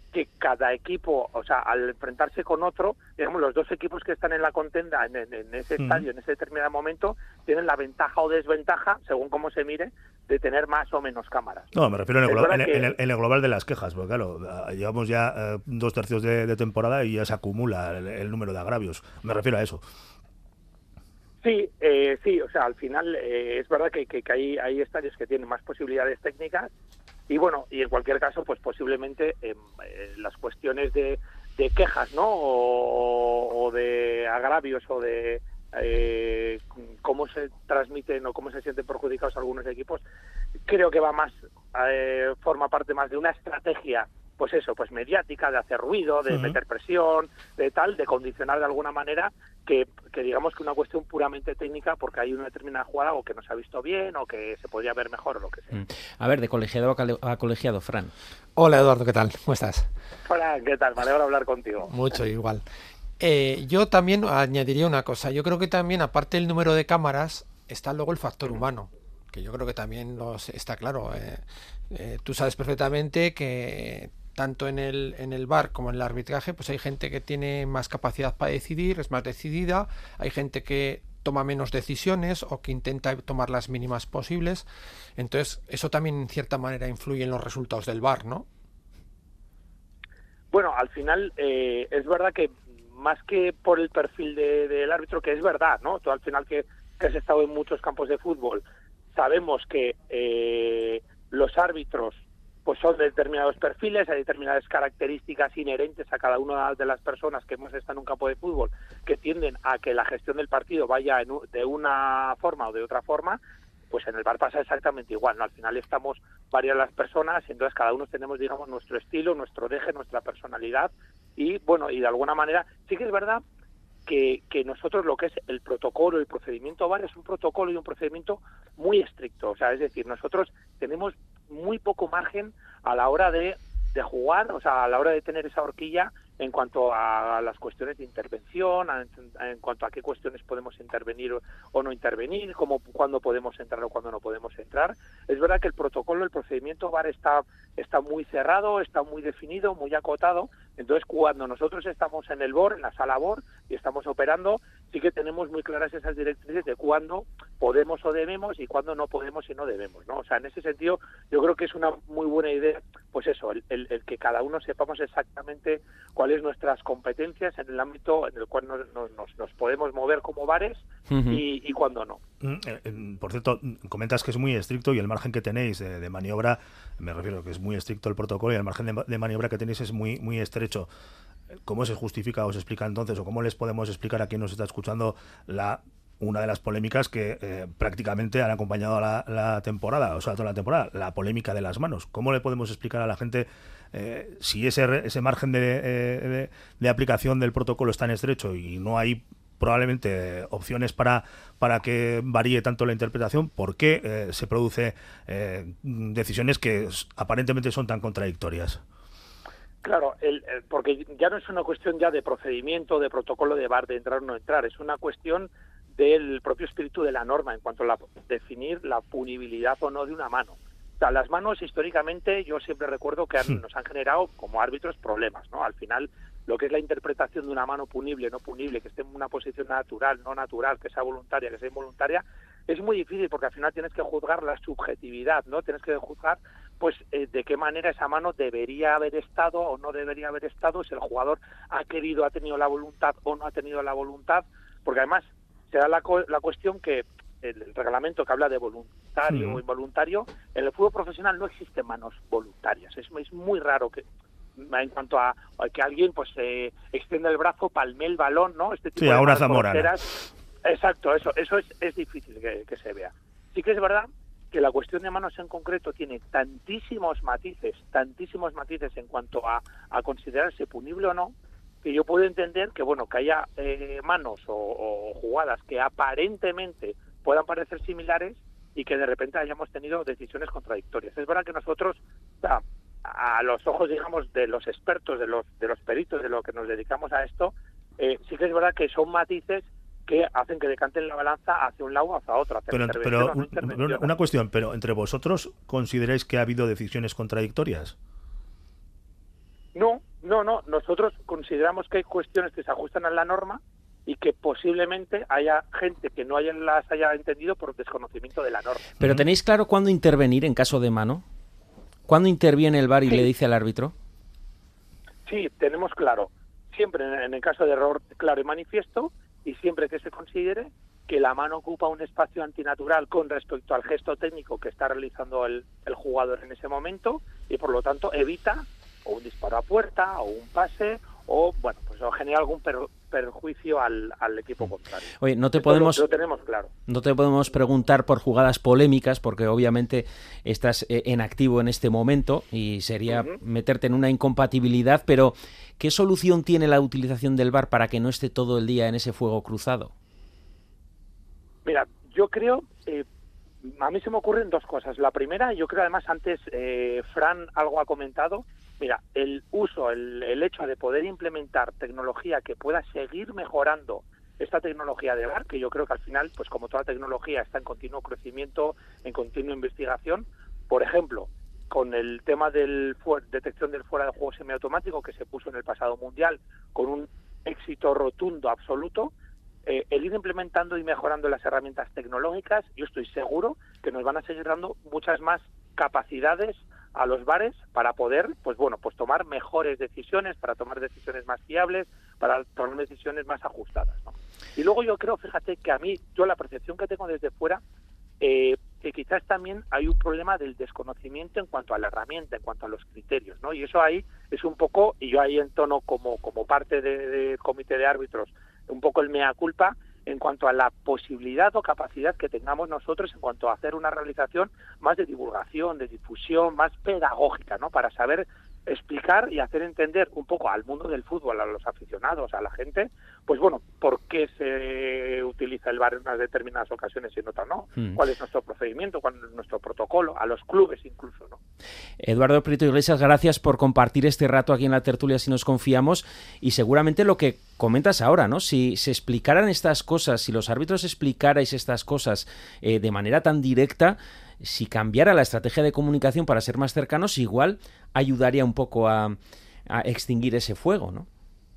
que cada equipo, o sea, al enfrentarse con otro, digamos, los dos equipos que están en la contenda en, en, en ese estadio, en ese determinado momento, tienen la ventaja o desventaja, según cómo se mire, de tener más o menos cámaras. No, me refiero en el, Es glo- verdad en, que- en el, en el global de las quejas, porque claro, eh, llevamos ya eh, dos tercios de, de temporada y ya se acumula el, el número de agravios. Me refiero a eso. Sí, eh, sí, o sea, al final eh, es verdad que, que, que hay, hay estadios que tienen más posibilidades técnicas y bueno, y en cualquier caso, pues posiblemente eh, eh, las cuestiones de, de quejas, ¿no? O, o de agravios o de eh, cómo se transmiten o cómo se sienten perjudicados algunos equipos, creo que va más, eh, forma parte más de una estrategia, pues eso, pues mediática, de hacer ruido, de Ujú. meter presión, de tal, de condicionar de alguna manera que, que digamos que una cuestión puramente técnica porque hay una determinada jugada o que no se ha visto bien o que se podría ver mejor o lo que sea. Mm. A ver, de colegiado a, cale- a colegiado, Fran. Hola Eduardo, ¿qué tal? ¿Cómo estás? Hola, ¿qué tal? Me alegro hablar contigo. Mucho, igual. Eh, yo también añadiría una cosa. Yo creo que también, aparte del número de cámaras, está luego el factor humano, que yo creo que también los, está claro. Eh, eh, tú sabes perfectamente que tanto en el, en el V A R como en el arbitraje, pues hay gente que tiene más capacidad para decidir, es más decidida, hay gente que toma menos decisiones o que intenta tomar las mínimas posibles. Entonces, eso también en cierta manera influye en los resultados del V A R, ¿no? Bueno, al final eh, es verdad que más que por el perfil de- del árbitro, que es verdad, ¿no? Tú al final que, que has estado en muchos campos de fútbol, sabemos que eh, los árbitros pues son de determinados perfiles, hay determinadas características inherentes a cada una de las personas que hemos estado en un campo de fútbol que tienden a que la gestión del partido vaya en u- de una forma o de otra forma. Pues en el V A R pasa exactamente igual, ¿no? Al final estamos varias las personas y entonces cada uno tenemos, digamos, nuestro estilo, nuestro deje, nuestra personalidad y, bueno, y de alguna manera sí que es verdad que, que nosotros lo que es el protocolo, el procedimiento V A R es un protocolo y un procedimiento muy estricto, o sea, es decir, nosotros tenemos muy poco margen a la hora de, de jugar, o sea, a la hora de tener esa horquilla en cuanto a las cuestiones de intervención, a- en cuanto a qué cuestiones podemos intervenir o, o no intervenir, cómo, cuándo podemos entrar o cuándo no podemos entrar. Es verdad que el protocolo, el procedimiento V A R está, está muy cerrado, está muy definido, muy acotado. Entonces, cuando nosotros estamos en el B O R, en la sala B O R, y estamos operando, sí que tenemos muy claras esas directrices de cuándo podemos o debemos y cuándo no podemos y no debemos, ¿no? O sea, en ese sentido, yo creo que es una muy buena idea, pues eso, el, el, el que cada uno sepamos exactamente cuáles nuestras competencias en el ámbito en el cual nos, nos, nos, nos podemos mover como bares Ujú. y, y cuándo no. Mm, eh, eh, Por cierto, mm, comentas que es muy estricto y el margen que tenéis de, de maniobra, me refiero que es muy estricto el protocolo y el margen de, ma- de maniobra que tenéis es muy muy estrecho. ¿Cómo se justifica o se explica entonces, o cómo les podemos explicar a quien nos está escuchando la una de las polémicas que eh, prácticamente han acompañado a la, la temporada, o sea, toda la temporada, la polémica de las manos? ¿Cómo le podemos explicar a la gente eh, si ese, re- ese margen de, eh, de, de aplicación del protocolo es tan estrecho y no hay probablemente eh, opciones para, para que varíe tanto la interpretación? ¿Por qué eh, se produce eh, decisiones que s- aparentemente son tan contradictorias? Claro, el, el- porque ya no es una cuestión ya de procedimiento, de protocolo de V A R, de entrar o no entrar, es una cuestión del propio espíritu de la norma en cuanto a la, definir la punibilidad o no de una mano. O sea, las manos históricamente yo siempre recuerdo que han- nos han generado como árbitros problemas, ¿no? Al final, lo que es la interpretación de una mano punible, no punible, que esté en una posición natural, no natural, que sea voluntaria, que sea involuntaria, es muy difícil porque al final tienes que juzgar la subjetividad, ¿no? Tienes que juzgar, pues, eh, de qué manera esa mano debería haber estado o no debería haber estado, si el jugador ha querido, ha tenido la voluntad o no ha tenido la voluntad, porque además se da la, co- la cuestión que el, el reglamento que habla de voluntario Sí. o involuntario, en el fútbol profesional no existen manos voluntarias, es, es muy raro que en cuanto a, a que alguien pues eh, extienda el brazo, palme el balón, ¿no? Este tipo Sí, de a una manos zamorana. groseras. Exacto, eso eso es, es difícil que, que se vea. Sí que es verdad que la cuestión de manos en concreto tiene tantísimos matices, tantísimos matices en cuanto a, a considerarse punible o no, que yo puedo entender que bueno que haya eh, manos o, o jugadas que aparentemente puedan parecer similares y que de repente hayamos tenido decisiones contradictorias. Es verdad que nosotros, o sea, a los ojos, digamos, de los expertos, de los de los peritos, de lo que nos dedicamos a esto, eh, sí que es verdad que son matices que hacen que decanten la balanza hacia un lado o hacia otro. Hacia Pero, intervención pero o no un- intervención. una cuestión, pero ¿entre vosotros consideráis que ha habido decisiones contradictorias? No, No, no, nosotros consideramos que hay cuestiones que se ajustan a la norma y que posiblemente haya gente que no haya, las haya entendido por desconocimiento de la norma. ¿Pero tenéis claro cuándo intervenir en caso de mano? ¿Cuándo interviene el V A R y Sí. le dice al árbitro? Sí, tenemos claro, siempre en, en el caso de error claro y manifiesto, y siempre que se considere que la mano ocupa un espacio antinatural con respecto al gesto técnico que está realizando el, el jugador en ese momento, y por lo tanto evita o un disparo a puerta o un pase o bueno pues o genera algún per, perjuicio al, al equipo contrario. Oye, no te Esto podemos lo, lo tenemos claro. no te podemos preguntar por jugadas polémicas porque obviamente estás eh, en activo en este momento y sería Uh-huh. meterte en una incompatibilidad, pero ¿qué solución tiene la utilización del V A R para que no esté todo el día en ese fuego cruzado? Mira, yo creo, eh, a mí se me ocurren dos cosas. La primera, yo creo además antes eh, Fran algo ha comentado, mira, el uso, el, el hecho de poder implementar tecnología que pueda seguir mejorando esta tecnología de V A R, que yo creo que al final, pues como toda tecnología, está en continuo crecimiento, en continua investigación. Por ejemplo, con el tema del fu- detección del fuera de juego semiautomático que se puso en el pasado Mundial, con un éxito rotundo, absoluto, eh, el ir implementando y mejorando las herramientas tecnológicas, yo estoy seguro que nos van a seguir dando muchas más capacidades a los bares para poder, pues bueno, pues tomar mejores decisiones, para tomar decisiones más fiables, para tomar decisiones más ajustadas, ¿no? Y luego yo creo, fíjate, que a mí, yo la percepción que tengo desde fuera, eh, que quizás también hay un problema del desconocimiento en cuanto a la herramienta, en cuanto a los criterios, ¿no? Y eso ahí es un poco, y yo ahí entono como, como parte del de comité de árbitros, un poco el mea culpa, en cuanto a la posibilidad o capacidad que tengamos nosotros en cuanto a hacer una realización más de divulgación, de difusión, más pedagógica, ¿no? Para saber explicar y hacer entender un poco al mundo del fútbol, a los aficionados, a la gente, pues bueno, por qué se utiliza el V A R en unas determinadas ocasiones y en otras no, Mm. cuál es nuestro procedimiento, cuál es nuestro protocolo, a los clubes incluso, ¿no? Eduardo Prieto Iglesias, gracias por compartir este rato aquí en la tertulia Si Nos Confiamos, y seguramente lo que comentas ahora, ¿no? Si se explicaran estas cosas, si los árbitros explicarais estas cosas eh, de manera tan directa, si cambiara la estrategia de comunicación para ser más cercanos, igual ayudaría un poco a, a extinguir ese fuego, ¿no?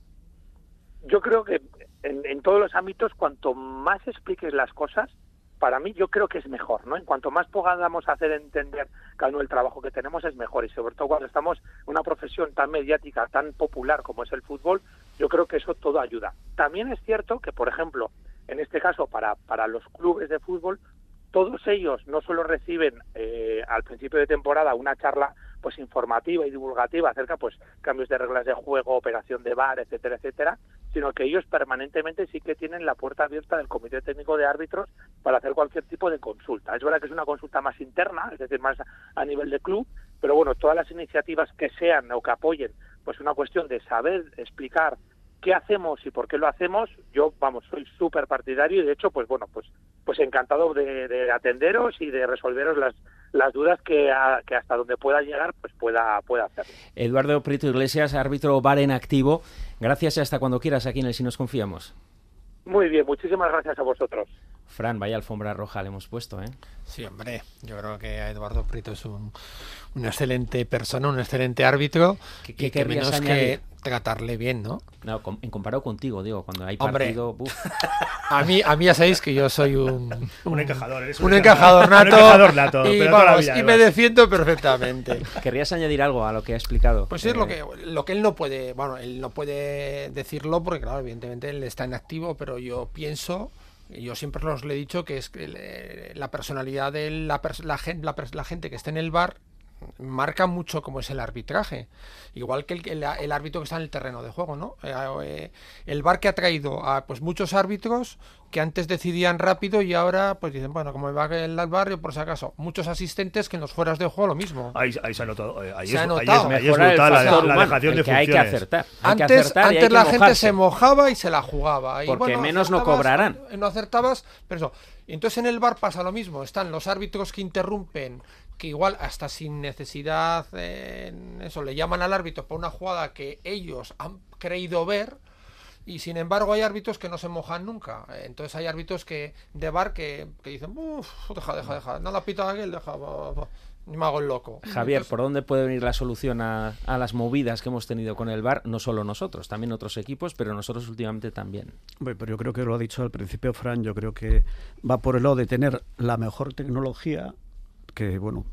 Yo creo que en, en todos los ámbitos, cuanto más expliques las cosas, para mí yo creo que es mejor, ¿no? En cuanto más podamos hacer entender cada uno el trabajo que tenemos, es mejor. Y sobre todo cuando estamos en una profesión tan mediática, tan popular como es el fútbol, yo creo que eso todo ayuda. También es cierto que, por ejemplo, en este caso, para, para los clubes de fútbol, todos ellos no solo reciben eh, al principio de temporada una charla pues informativa y divulgativa acerca pues cambios de reglas de juego, operación de V A R, etcétera, etcétera, sino que ellos permanentemente sí que tienen la puerta abierta del Comité Técnico de Árbitros para hacer cualquier tipo de consulta. Es verdad que es una consulta más interna, es decir, más a nivel de club, pero bueno, todas las iniciativas que sean o que apoyen, pues una cuestión de saber explicar qué hacemos y por qué lo hacemos, yo, vamos, soy súper partidario y de hecho, pues bueno, pues pues encantado de, de atenderos y de resolveros las las dudas que, a, que hasta donde pueda llegar, pues pueda, pueda hacerlo. Eduardo Prieto Iglesias, árbitro V A R en activo, gracias y hasta cuando quieras aquí en el Si Nos Confiamos. Muy bien, muchísimas gracias a vosotros. Fran, vaya alfombra roja le hemos puesto, ¿eh? Sí, hombre, yo creo que Eduardo Prieto es un, una excelente persona, un excelente árbitro, ¿Qué, y qué que menos añadir? que tratarle bien, ¿no? No, com- en comparado contigo, digo, cuando hay Hombre, partido... Buf. A mí, a mí ya sabéis que yo soy un... Un encajador, eres un, un encajador encajador- nato, un encajador nato, y, pero toda la vamos, vida, y me además. defiendo perfectamente. ¿Querrías añadir algo a lo que ha explicado? Pues es Eh, lo que lo que él no puede, bueno, él no puede decirlo porque claro, evidentemente él está en activo, pero yo pienso, y yo siempre os lo he dicho, que es que le- la personalidad de la, pers- la, gen- la, pers- la gente que está en el bar marca mucho cómo es el arbitraje, igual que el, el, el árbitro que está en el terreno de juego, ¿no? Eh, eh, el V A R que ha traído a pues muchos árbitros que antes decidían rápido y ahora pues dicen, bueno, como me va el barrio, por si acaso, muchos asistentes que en los fueras de juego lo mismo. Ahí, ahí se ha notado. eh, Ahí Se es, ha ahí notado. es, ahí es Mejorar el brutal la, factor la humano, dejación el de que hay que funciones. acertar. Hay que Antes, acertar y hay antes que la gente mojarse. se mojaba y se la jugaba. Y, Porque bueno, menos no acertabas, cobrarán. No acertabas, pero eso. Y entonces en el V A R pasa lo mismo. Están los árbitros que interrumpen, que igual hasta sin necesidad, eh, eso, le llaman al árbitro por una jugada que ellos han creído ver. Y sin embargo hay árbitros que no se mojan nunca. Entonces hay árbitros que de V A R que, que dicen, uff, deja, deja, deja, no la pita aquel, deja, va, va. Ni me hago el loco. Javier, Entonces, ¿por dónde puede venir la solución a, a las movidas que hemos tenido con el V A R? No solo nosotros, también otros equipos, pero nosotros últimamente también. Bueno, pero yo creo que lo ha dicho al principio Fran, yo creo que va por el lado de tener la mejor tecnología, que bueno,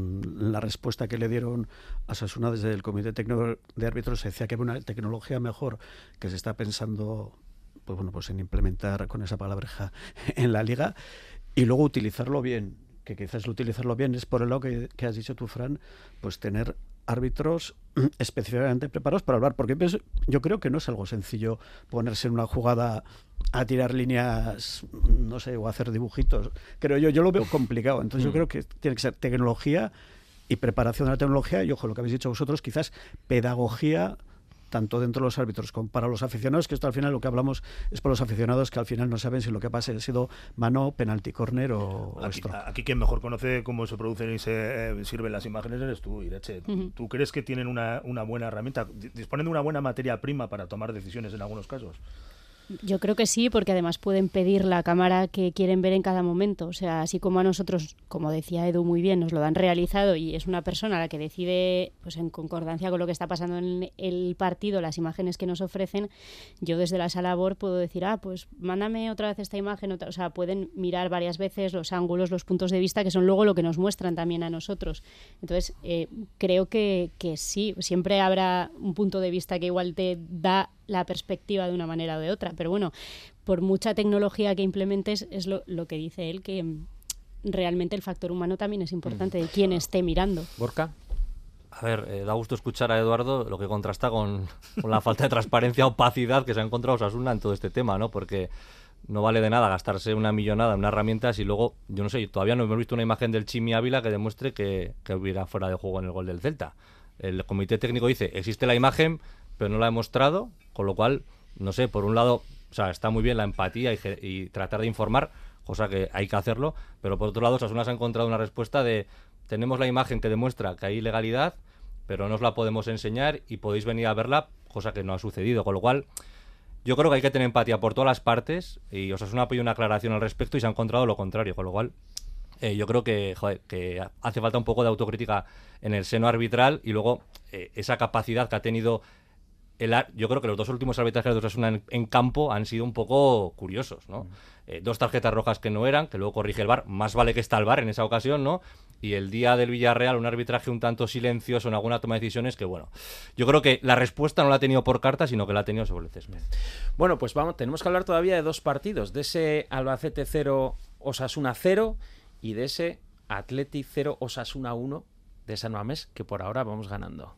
la respuesta que le dieron a Osasuna desde el Comité Técnico de Árbitros decía que había una tecnología mejor que se está pensando, pues bueno, pues en implementar con esa palabreja en la liga, y luego utilizarlo bien, que quizás utilizarlo bien es por el lado que, que has dicho tú, Fran, pues tener árbitros específicamente preparados para hablar, porque pienso, yo creo que no es algo sencillo ponerse en una jugada a tirar líneas, no sé, o a hacer dibujitos. Creo yo, yo lo veo complicado. Entonces yo creo que tiene que ser tecnología y preparación de la tecnología, y ojo, lo que habéis dicho vosotros, quizás pedagogía tanto dentro de los árbitros como para los aficionados, que esto al final lo que hablamos es por los aficionados que al final no saben si lo que pasa ha sido mano, penalti, córner o, o aquí, esto. Aquí quien mejor conoce cómo se producen y se eh, sirven las imágenes eres tú, Irache. Uh-huh. ¿Tú crees que tienen una, una buena herramienta? ¿Disponen de una buena materia prima para tomar decisiones en algunos casos? Yo creo que sí, porque además pueden pedir la cámara que quieren ver en cada momento. O sea, así como a nosotros, como decía Edu muy bien, nos lo han realizado y es una persona la que decide, pues en concordancia con lo que está pasando en el partido, las imágenes que nos ofrecen, yo desde la sala B O R puedo decir, ah, pues mándame otra vez esta imagen. Otra... O sea, pueden mirar varias veces los ángulos, los puntos de vista, que son luego lo que nos muestran también a nosotros. Entonces, eh, creo que, que sí, siempre habrá un punto de vista que igual te da la perspectiva de una manera o de otra, pero bueno, por mucha tecnología que implementes, es lo, lo que dice él, que realmente el factor humano también es importante, de quién esté mirando. ¿Gorka? A ver, eh, da gusto escuchar a Eduardo, lo que contrasta con, con la falta de transparencia, opacidad que se ha encontrado Osasuna en todo este tema, ¿no? Porque no vale de nada gastarse una millonada en unas herramientas y luego, yo no sé, todavía no hemos visto una imagen del Chimi Ávila que demuestre que, que hubiera fuera de juego en el gol del Celta. El comité técnico dice, existe la imagen, pero no la he mostrado, con lo cual, no sé, por un lado, o sea, está muy bien la empatía y, y tratar de informar, cosa que hay que hacerlo, pero por otro lado, Osasuna se ha encontrado una respuesta de, tenemos la imagen que demuestra que hay ilegalidad, pero no os la podemos enseñar y podéis venir a verla, cosa que no ha sucedido, con lo cual, yo creo que hay que tener empatía por todas las partes, y Osasuna ha pedido una aclaración al respecto y se ha encontrado lo contrario, con lo cual, eh, yo creo que, joder, que hace falta un poco de autocrítica en el seno arbitral y luego eh, esa capacidad que ha tenido El, yo creo que los dos últimos arbitrajes de Osasuna en, en campo han sido un poco curiosos, ¿no? Mm. Eh, dos tarjetas rojas que no eran, que luego corrige el V A R, más vale que está el V A R en esa ocasión, ¿no? Y el día del Villarreal, un arbitraje un tanto silencioso en alguna toma de decisiones que, bueno, yo creo que la respuesta no la ha tenido por carta, sino que la ha tenido sobre el césped. Bueno, pues vamos, tenemos que hablar todavía de dos partidos, de ese Albacete cero, Osasuna cero, y de ese Atleti cero, Osasuna uno de San Mamés, que por ahora vamos ganando.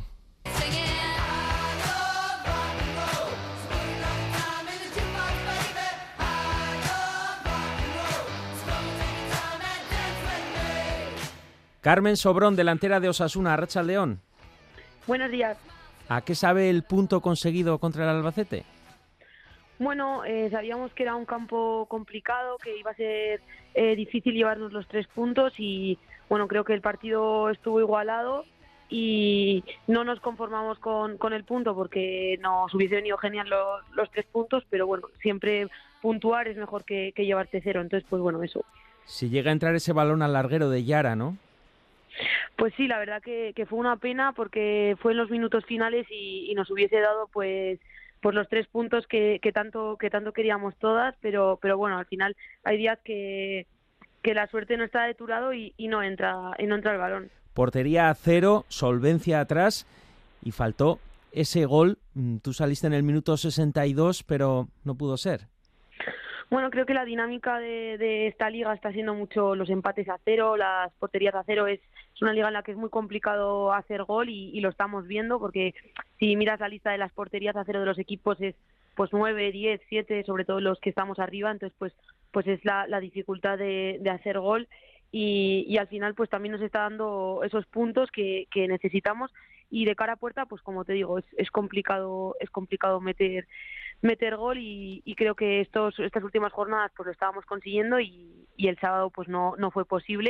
Carmen Sobrón, delantera de Osasuna, Arratsaldeón. Buenos días. ¿A qué sabe el punto conseguido contra el Albacete? Bueno, eh, sabíamos que era un campo complicado, que iba a ser eh, difícil llevarnos los tres puntos y bueno, creo que el partido estuvo igualado y no nos conformamos con, con el punto porque nos hubiese venido genial los, los tres puntos, pero bueno, siempre puntuar es mejor que, que llevarte cero, entonces pues bueno, eso. Si llega a entrar ese balón al larguero de Yara, ¿no? Pues sí, la verdad que, que fue una pena porque fue en los minutos finales y, y nos hubiese dado pues pues los tres puntos que, que tanto que tanto queríamos todas, pero pero bueno, al final hay días que, que la suerte no está de tu lado y, y no entra y no entra el balón. Portería a cero, solvencia atrás y faltó ese gol. Tú saliste en el minuto sesenta y dos, pero no pudo ser. Bueno, creo que la dinámica de, de esta liga está siendo mucho los empates a cero, las porterías a cero. Es, es una liga en la que es muy complicado hacer gol y, y lo estamos viendo porque si miras la lista de las porterías a cero de los equipos es pues nueve, diez, siete, sobre todo los que estamos arriba, entonces pues pues es la, la dificultad de, de hacer gol y, y al final pues también nos está dando esos puntos que, que necesitamos y de cara a puerta pues como te digo es, es complicado es complicado meter meter gol y, y creo que estos estas últimas jornadas pues lo estábamos consiguiendo y, y el sábado pues no no fue posible,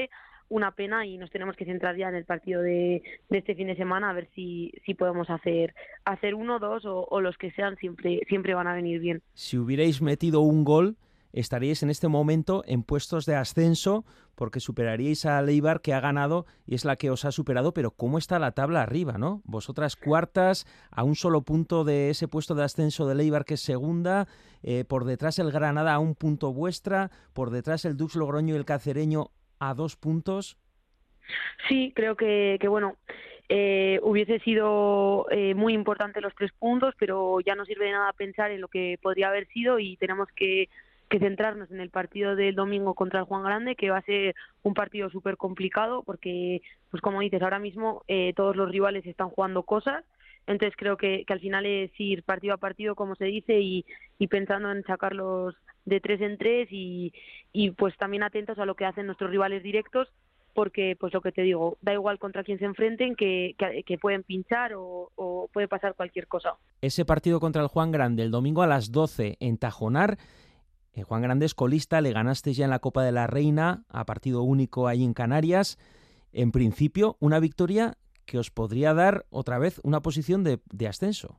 una pena y nos tenemos que centrar ya en el partido de, de este fin de semana a ver si, si podemos hacer hacer uno, dos o, o los que sean, siempre siempre van a venir bien. Si hubierais metido un gol, estaríais en este momento en puestos de ascenso porque superaríais a Eibar, que ha ganado y es la que os ha superado, pero ¿cómo está la tabla arriba, no? Vosotras cuartas, a un solo punto de ese puesto de ascenso de Eibar, que es segunda, eh, por detrás el Granada a un punto vuestra, por detrás el Dux Logroño y el Cacereño a dos puntos. Sí, creo que, que bueno, eh, hubiese sido eh, muy importante los tres puntos, pero ya no sirve de nada pensar en lo que podría haber sido y tenemos que, que centrarnos en el partido del domingo contra el Juan Grande, que va a ser un partido súper complicado porque, pues como dices, ahora mismo eh, todos los rivales están jugando cosas. Entonces creo que, que al final es ir partido a partido, como se dice, y, y pensando en sacarlos de tres en tres y, y pues también atentos a lo que hacen nuestros rivales directos, porque pues lo que te digo, da igual contra quién se enfrenten, que, que, que pueden pinchar o, o puede pasar cualquier cosa. Ese partido contra el Juan Grande el domingo a las doce en Tajonar. Eh, Juan Grande es colista, le ganasteis ya en la Copa de la Reina a partido único ahí en Canarias. En principio, una victoria que os podría dar otra vez una posición de, de ascenso.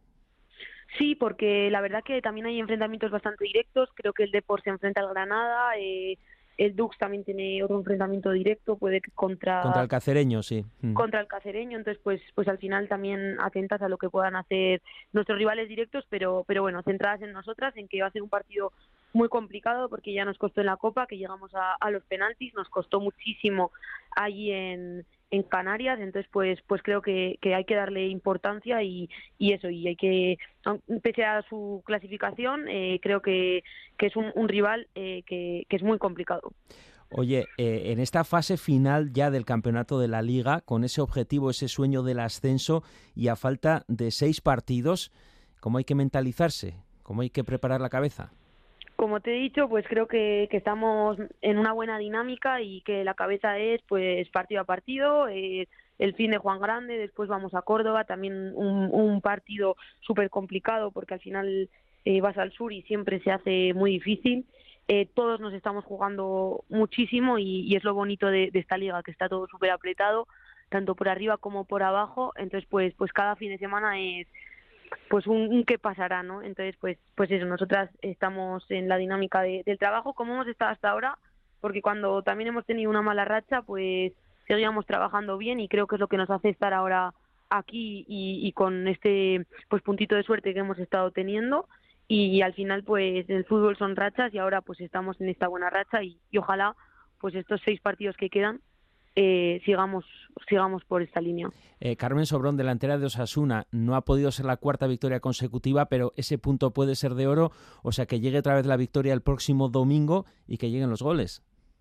Sí, porque la verdad que también hay enfrentamientos bastante directos. Creo que el Depor se enfrenta al Granada, eh, el Dux también tiene otro enfrentamiento directo, puede que contra... Contra el Cacereño, sí. Mm. Contra el Cacereño, entonces pues pues al final también atentas a lo que puedan hacer nuestros rivales directos, pero pero bueno, centradas en nosotras, en que va a ser un partido muy complicado porque ya nos costó en la Copa, que llegamos a, a los penaltis, nos costó muchísimo allí en, en Canarias, entonces pues pues creo que, que hay que darle importancia y, y eso, y hay que, pese a su clasificación, eh, creo que, que es un, un rival eh, que, que es muy complicado. Oye, eh, en esta fase final ya del campeonato de la Liga, con ese objetivo, ese sueño del ascenso y a falta de seis partidos, ¿cómo hay que mentalizarse? ¿Cómo hay que preparar la cabeza? Como te he dicho, pues creo que, que estamos en una buena dinámica y que la cabeza es pues partido a partido, eh, el fin de Juan Grande, después vamos a Córdoba, también un, un partido súper complicado porque al final eh, vas al sur y siempre se hace muy difícil. Eh, todos nos estamos jugando muchísimo y, y es lo bonito de, de esta liga, que está todo súper apretado, tanto por arriba como por abajo, entonces pues pues cada fin de semana es pues un, un qué pasará, ¿no? Entonces pues pues eso, nosotras estamos en la dinámica de, del trabajo como hemos estado hasta ahora, porque cuando también hemos tenido una mala racha pues seguíamos trabajando bien y creo que es lo que nos hace estar ahora aquí y, y con este pues puntito de suerte que hemos estado teniendo. Y al final pues el fútbol son rachas y ahora pues estamos en esta buena racha y, y ojalá pues estos seis partidos que quedan eh, sigamos sigamos por esta línea. Eh, Carmen Sobrón, delantera de Osasuna, no ha podido ser la cuarta victoria consecutiva, pero ese punto puede ser de oro, o sea que llegue otra vez la victoria el próximo domingo y que lleguen los goles.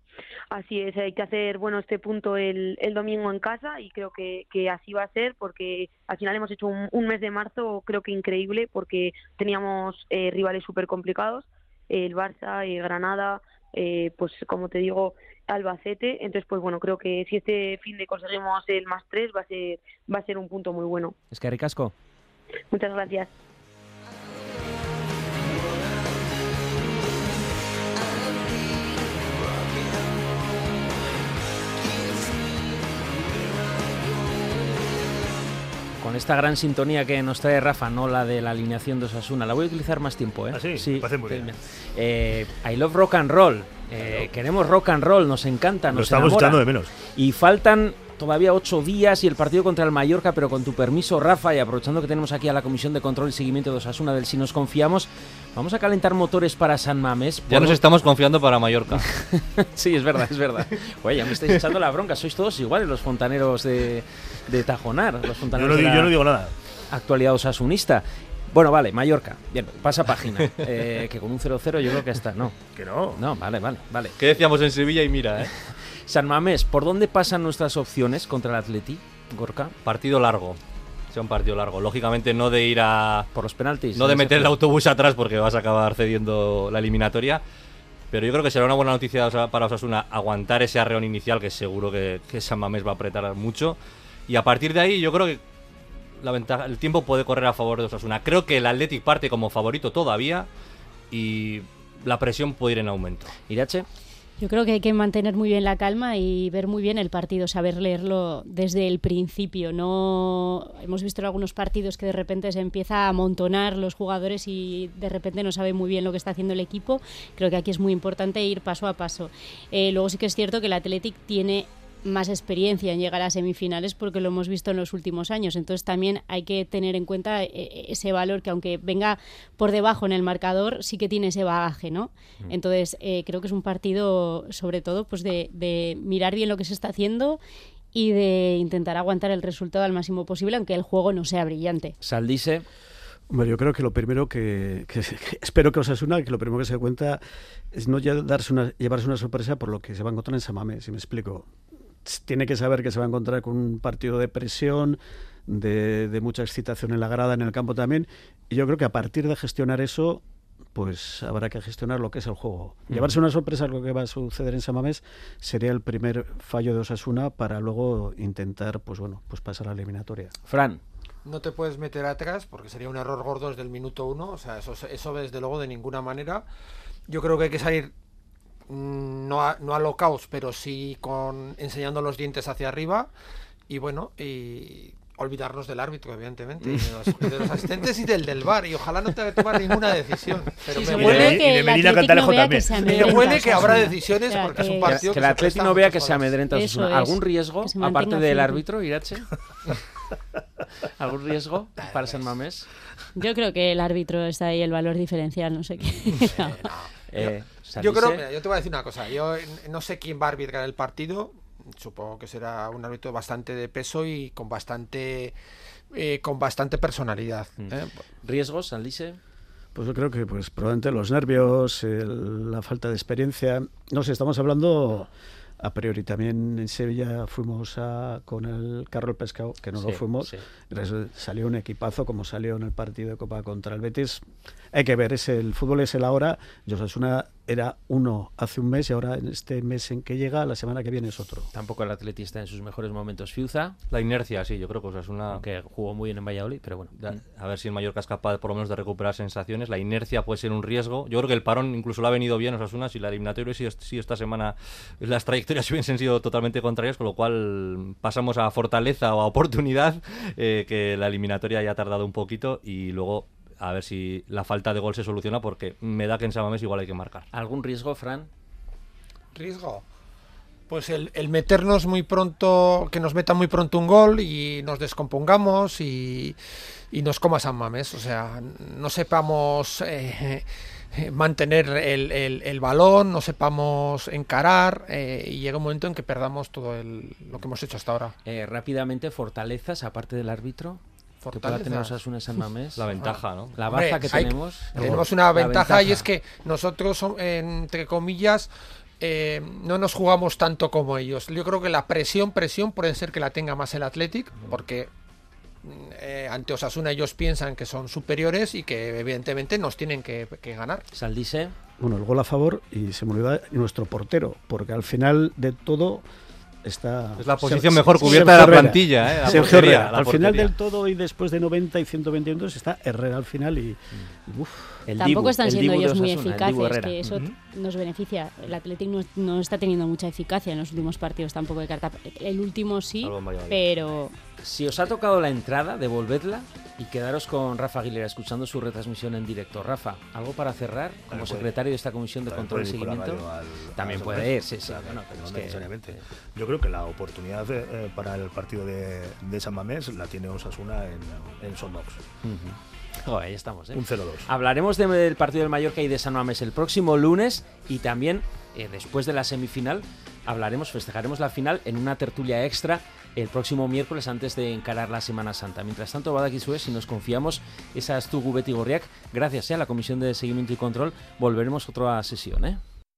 Así es, hay que hacer bueno este punto el, el domingo en casa y creo que, que así va a ser porque al final hemos hecho un, un mes de marzo creo que increíble porque teníamos eh, rivales súper complicados, el Barça, el Granada, eh, pues como te digo, Albacete, entonces pues bueno, creo que si este fin de conseguimos el más tres va a ser, va a ser un punto muy bueno. Es que ricasco. Muchas gracias. Con esta gran sintonía que nos trae Rafa, no la de la alineación de Osasuna, la voy a utilizar más tiempo, ¿eh? ¿Ah, sí? Sí, me parece muy bien. Eh, I love rock and roll. Eh, queremos rock and roll, nos encanta, nos Lo estamos enamora. echando de menos. Y faltan todavía ocho días y el partido contra el Mallorca, pero con tu permiso, Rafa, y aprovechando que tenemos aquí a la Comisión de Control y Seguimiento de Osasuna del Si Nos Confiamos, vamos a calentar motores para San Mamés. Ya nos estamos confiando para Mallorca. Sí, es verdad, es verdad. Oye, ya me estáis echando la bronca, sois todos iguales los fontaneros de, de Tajonar. Los fontaneros yo, no, de la yo no digo nada. Actualidad osasunista. Bueno, vale, Mallorca. Bien, pasa página. Eh, que con un cero cero yo creo que está. No. Que no. No, vale, vale, vale. ¿Qué decíamos en Sevilla y mira, eh? San Mamés, ¿por dónde pasan nuestras opciones contra el Atleti, Gorka? Partido largo. Sea un partido largo. Lógicamente no de ir a... Por los penaltis. No de meter el autobús atrás porque vas a acabar cediendo la eliminatoria. Pero yo creo que será una buena noticia para Osasuna aguantar ese arreón inicial, que seguro que, que San Mamés va a apretar mucho. Y a partir de ahí yo creo que la ventaja, el tiempo puede correr a favor de Osasuna. Creo que el Athletic parte como favorito todavía y la presión puede ir en aumento. Irache. Yo creo que hay que mantener muy bien la calma y ver muy bien el partido, saber leerlo desde el principio. No hemos visto en algunos partidos que de repente se empieza a amontonar los jugadores y de repente no sabe muy bien lo que está haciendo el equipo. Creo que aquí es muy importante ir paso a paso. Eh, luego sí que es cierto que el Athletic tiene más experiencia en llegar a semifinales porque lo hemos visto en los últimos años, entonces también hay que tener en cuenta ese valor que aunque venga por debajo en el marcador sí que tiene ese bagaje, ¿no? Mm. Entonces eh, creo que es un partido sobre todo pues de, de mirar bien lo que se está haciendo y de intentar aguantar el resultado al máximo posible aunque el juego no sea brillante. Saldise. Bueno, yo creo que lo primero que, que, que espero que Osasuna, que lo primero que se dé cuenta es no ya darse una, llevarse una sorpresa por lo que se va a encontrar en San Mamés, si me explico. Tiene que saber que se va a encontrar con un partido de presión, de, de mucha excitación en la grada, en el campo también, y yo creo que a partir de gestionar eso, pues habrá que gestionar lo que es el juego. Mm. Llevarse una sorpresa, lo que va a suceder en San Mamés, sería el primer fallo de Osasuna para luego intentar, pues bueno, pues pasar a la eliminatoria. Fran. No te puedes meter atrás porque sería un error gordo desde el minuto uno, o sea, eso, eso desde luego de ninguna manera. Yo creo que hay que salir no a, no alocaos, pero sí con enseñando los dientes hacia arriba y bueno, y olvidarnos del árbitro, evidentemente, y de, los, y de los asistentes y del del V A R, y ojalá no tenga que tomar ninguna decisión. Pero sí, me huele que el Athletic no vea que se amedrenta. Me huele que habrá decisiones o sea, porque que, es un partido que, que que el Athletic no vea que se amedrenta. ¿Algún riesgo, aparte del árbitro, Irache? ¿Algún riesgo para San Mamés? Yo creo que el árbitro está ahí, el valor diferencial, no sé qué. No. Eh, yo creo, mira, yo te voy a decir una cosa, yo no sé quién va a arbitrar el partido, supongo que será un árbitro bastante de peso y con bastante eh, con bastante personalidad. Mm. ¿eh? ¿Riesgos, Saldise? Pues yo creo que pues probablemente los nervios, el, la falta de experiencia, no sé, estamos hablando a priori. También en Sevilla fuimos a, con el carro del pescado, que no sí, lo fuimos, sí. Salió un equipazo como salió en el partido de Copa contra el Betis. Hay que ver, es el fútbol es el ahora. Osasuna era uno hace un mes y ahora en este mes en que llega, la semana que viene es otro. Tampoco el Atleti está en sus mejores momentos. Fiuza. La inercia, sí, yo creo que Osasuna... Que jugó muy bien en Valladolid, pero bueno. Da, a ver si el Mallorca es capaz por lo menos de recuperar sensaciones. La inercia puede ser un riesgo. Yo creo que el parón incluso le ha venido bien a Osasuna si la eliminatoria si, si esta semana las trayectorias hubiesen sido totalmente contrarias, con lo cual pasamos a fortaleza o a oportunidad, eh, que la eliminatoria haya tardado un poquito y luego a ver si la falta de gol se soluciona, porque me da que en San Mamés igual hay que marcar. ¿Algún riesgo, Fran? ¿Riesgo? Pues el, el meternos muy pronto, que nos metan muy pronto un gol y nos descompongamos y, y nos coma San Mamés. O sea, no sepamos eh, eh, mantener el, el, el balón, no sepamos encarar eh, y llega un momento en que perdamos todo el, lo que hemos hecho hasta ahora. Eh, rápidamente, fortalezas, aparte del árbitro. Que pueda tener Osasuna San Mamés. La ventaja, ¿no? La baza que hay, tenemos. Tenemos una ventaja, ventaja y es que nosotros, entre comillas, eh, no nos jugamos tanto como ellos. Yo creo que la presión, presión puede ser que la tenga más el Athletic, porque eh, ante Osasuna ellos piensan que son superiores y que evidentemente nos tienen que, que ganar. Saldise. Bueno, el gol a favor y se me olvida nuestro portero, porque al final de todo... Está, es la posición se, mejor cubierta de la plantilla, ¿eh? La Sergio portería, Herrera. la al portería. final del todo y después de noventa y ciento veinte minutos está Herrera al final y, y uf. El Tampoco Dibu, están siendo ellos muy Osasuna, eficaces, que eso uh-huh. nos beneficia. El Athletic no, no está teniendo mucha eficacia en los últimos partidos tampoco de carta. El último sí, pero... Si os ha tocado la entrada, devolvedla y quedaros con Rafa Aguilera escuchando su retransmisión en directo. Rafa, ¿algo para cerrar como claro, secretario de esta comisión de control y seguimiento? Al, También puede ir, sí, sí. Claro, bueno, pero no es que, necesariamente. Eh, Yo creo que la oportunidad eh, para el partido de, de San Mamés la tiene Osasuna en, en Sonbox. Uh-huh. Oh, ahí estamos, ¿eh? Un cero dos. Hablaremos de, del partido del Mallorca y de San Mamés el próximo lunes y también eh, después de la semifinal hablaremos, festejaremos la final en una tertulia extra el próximo miércoles antes de encarar la Semana Santa. Mientras tanto, badakizue, si nos confiamos, esa es tu Beti Gorriak. Gracias eh, a la Comisión de Seguimiento y Control, volveremos otra sesión, ¿eh?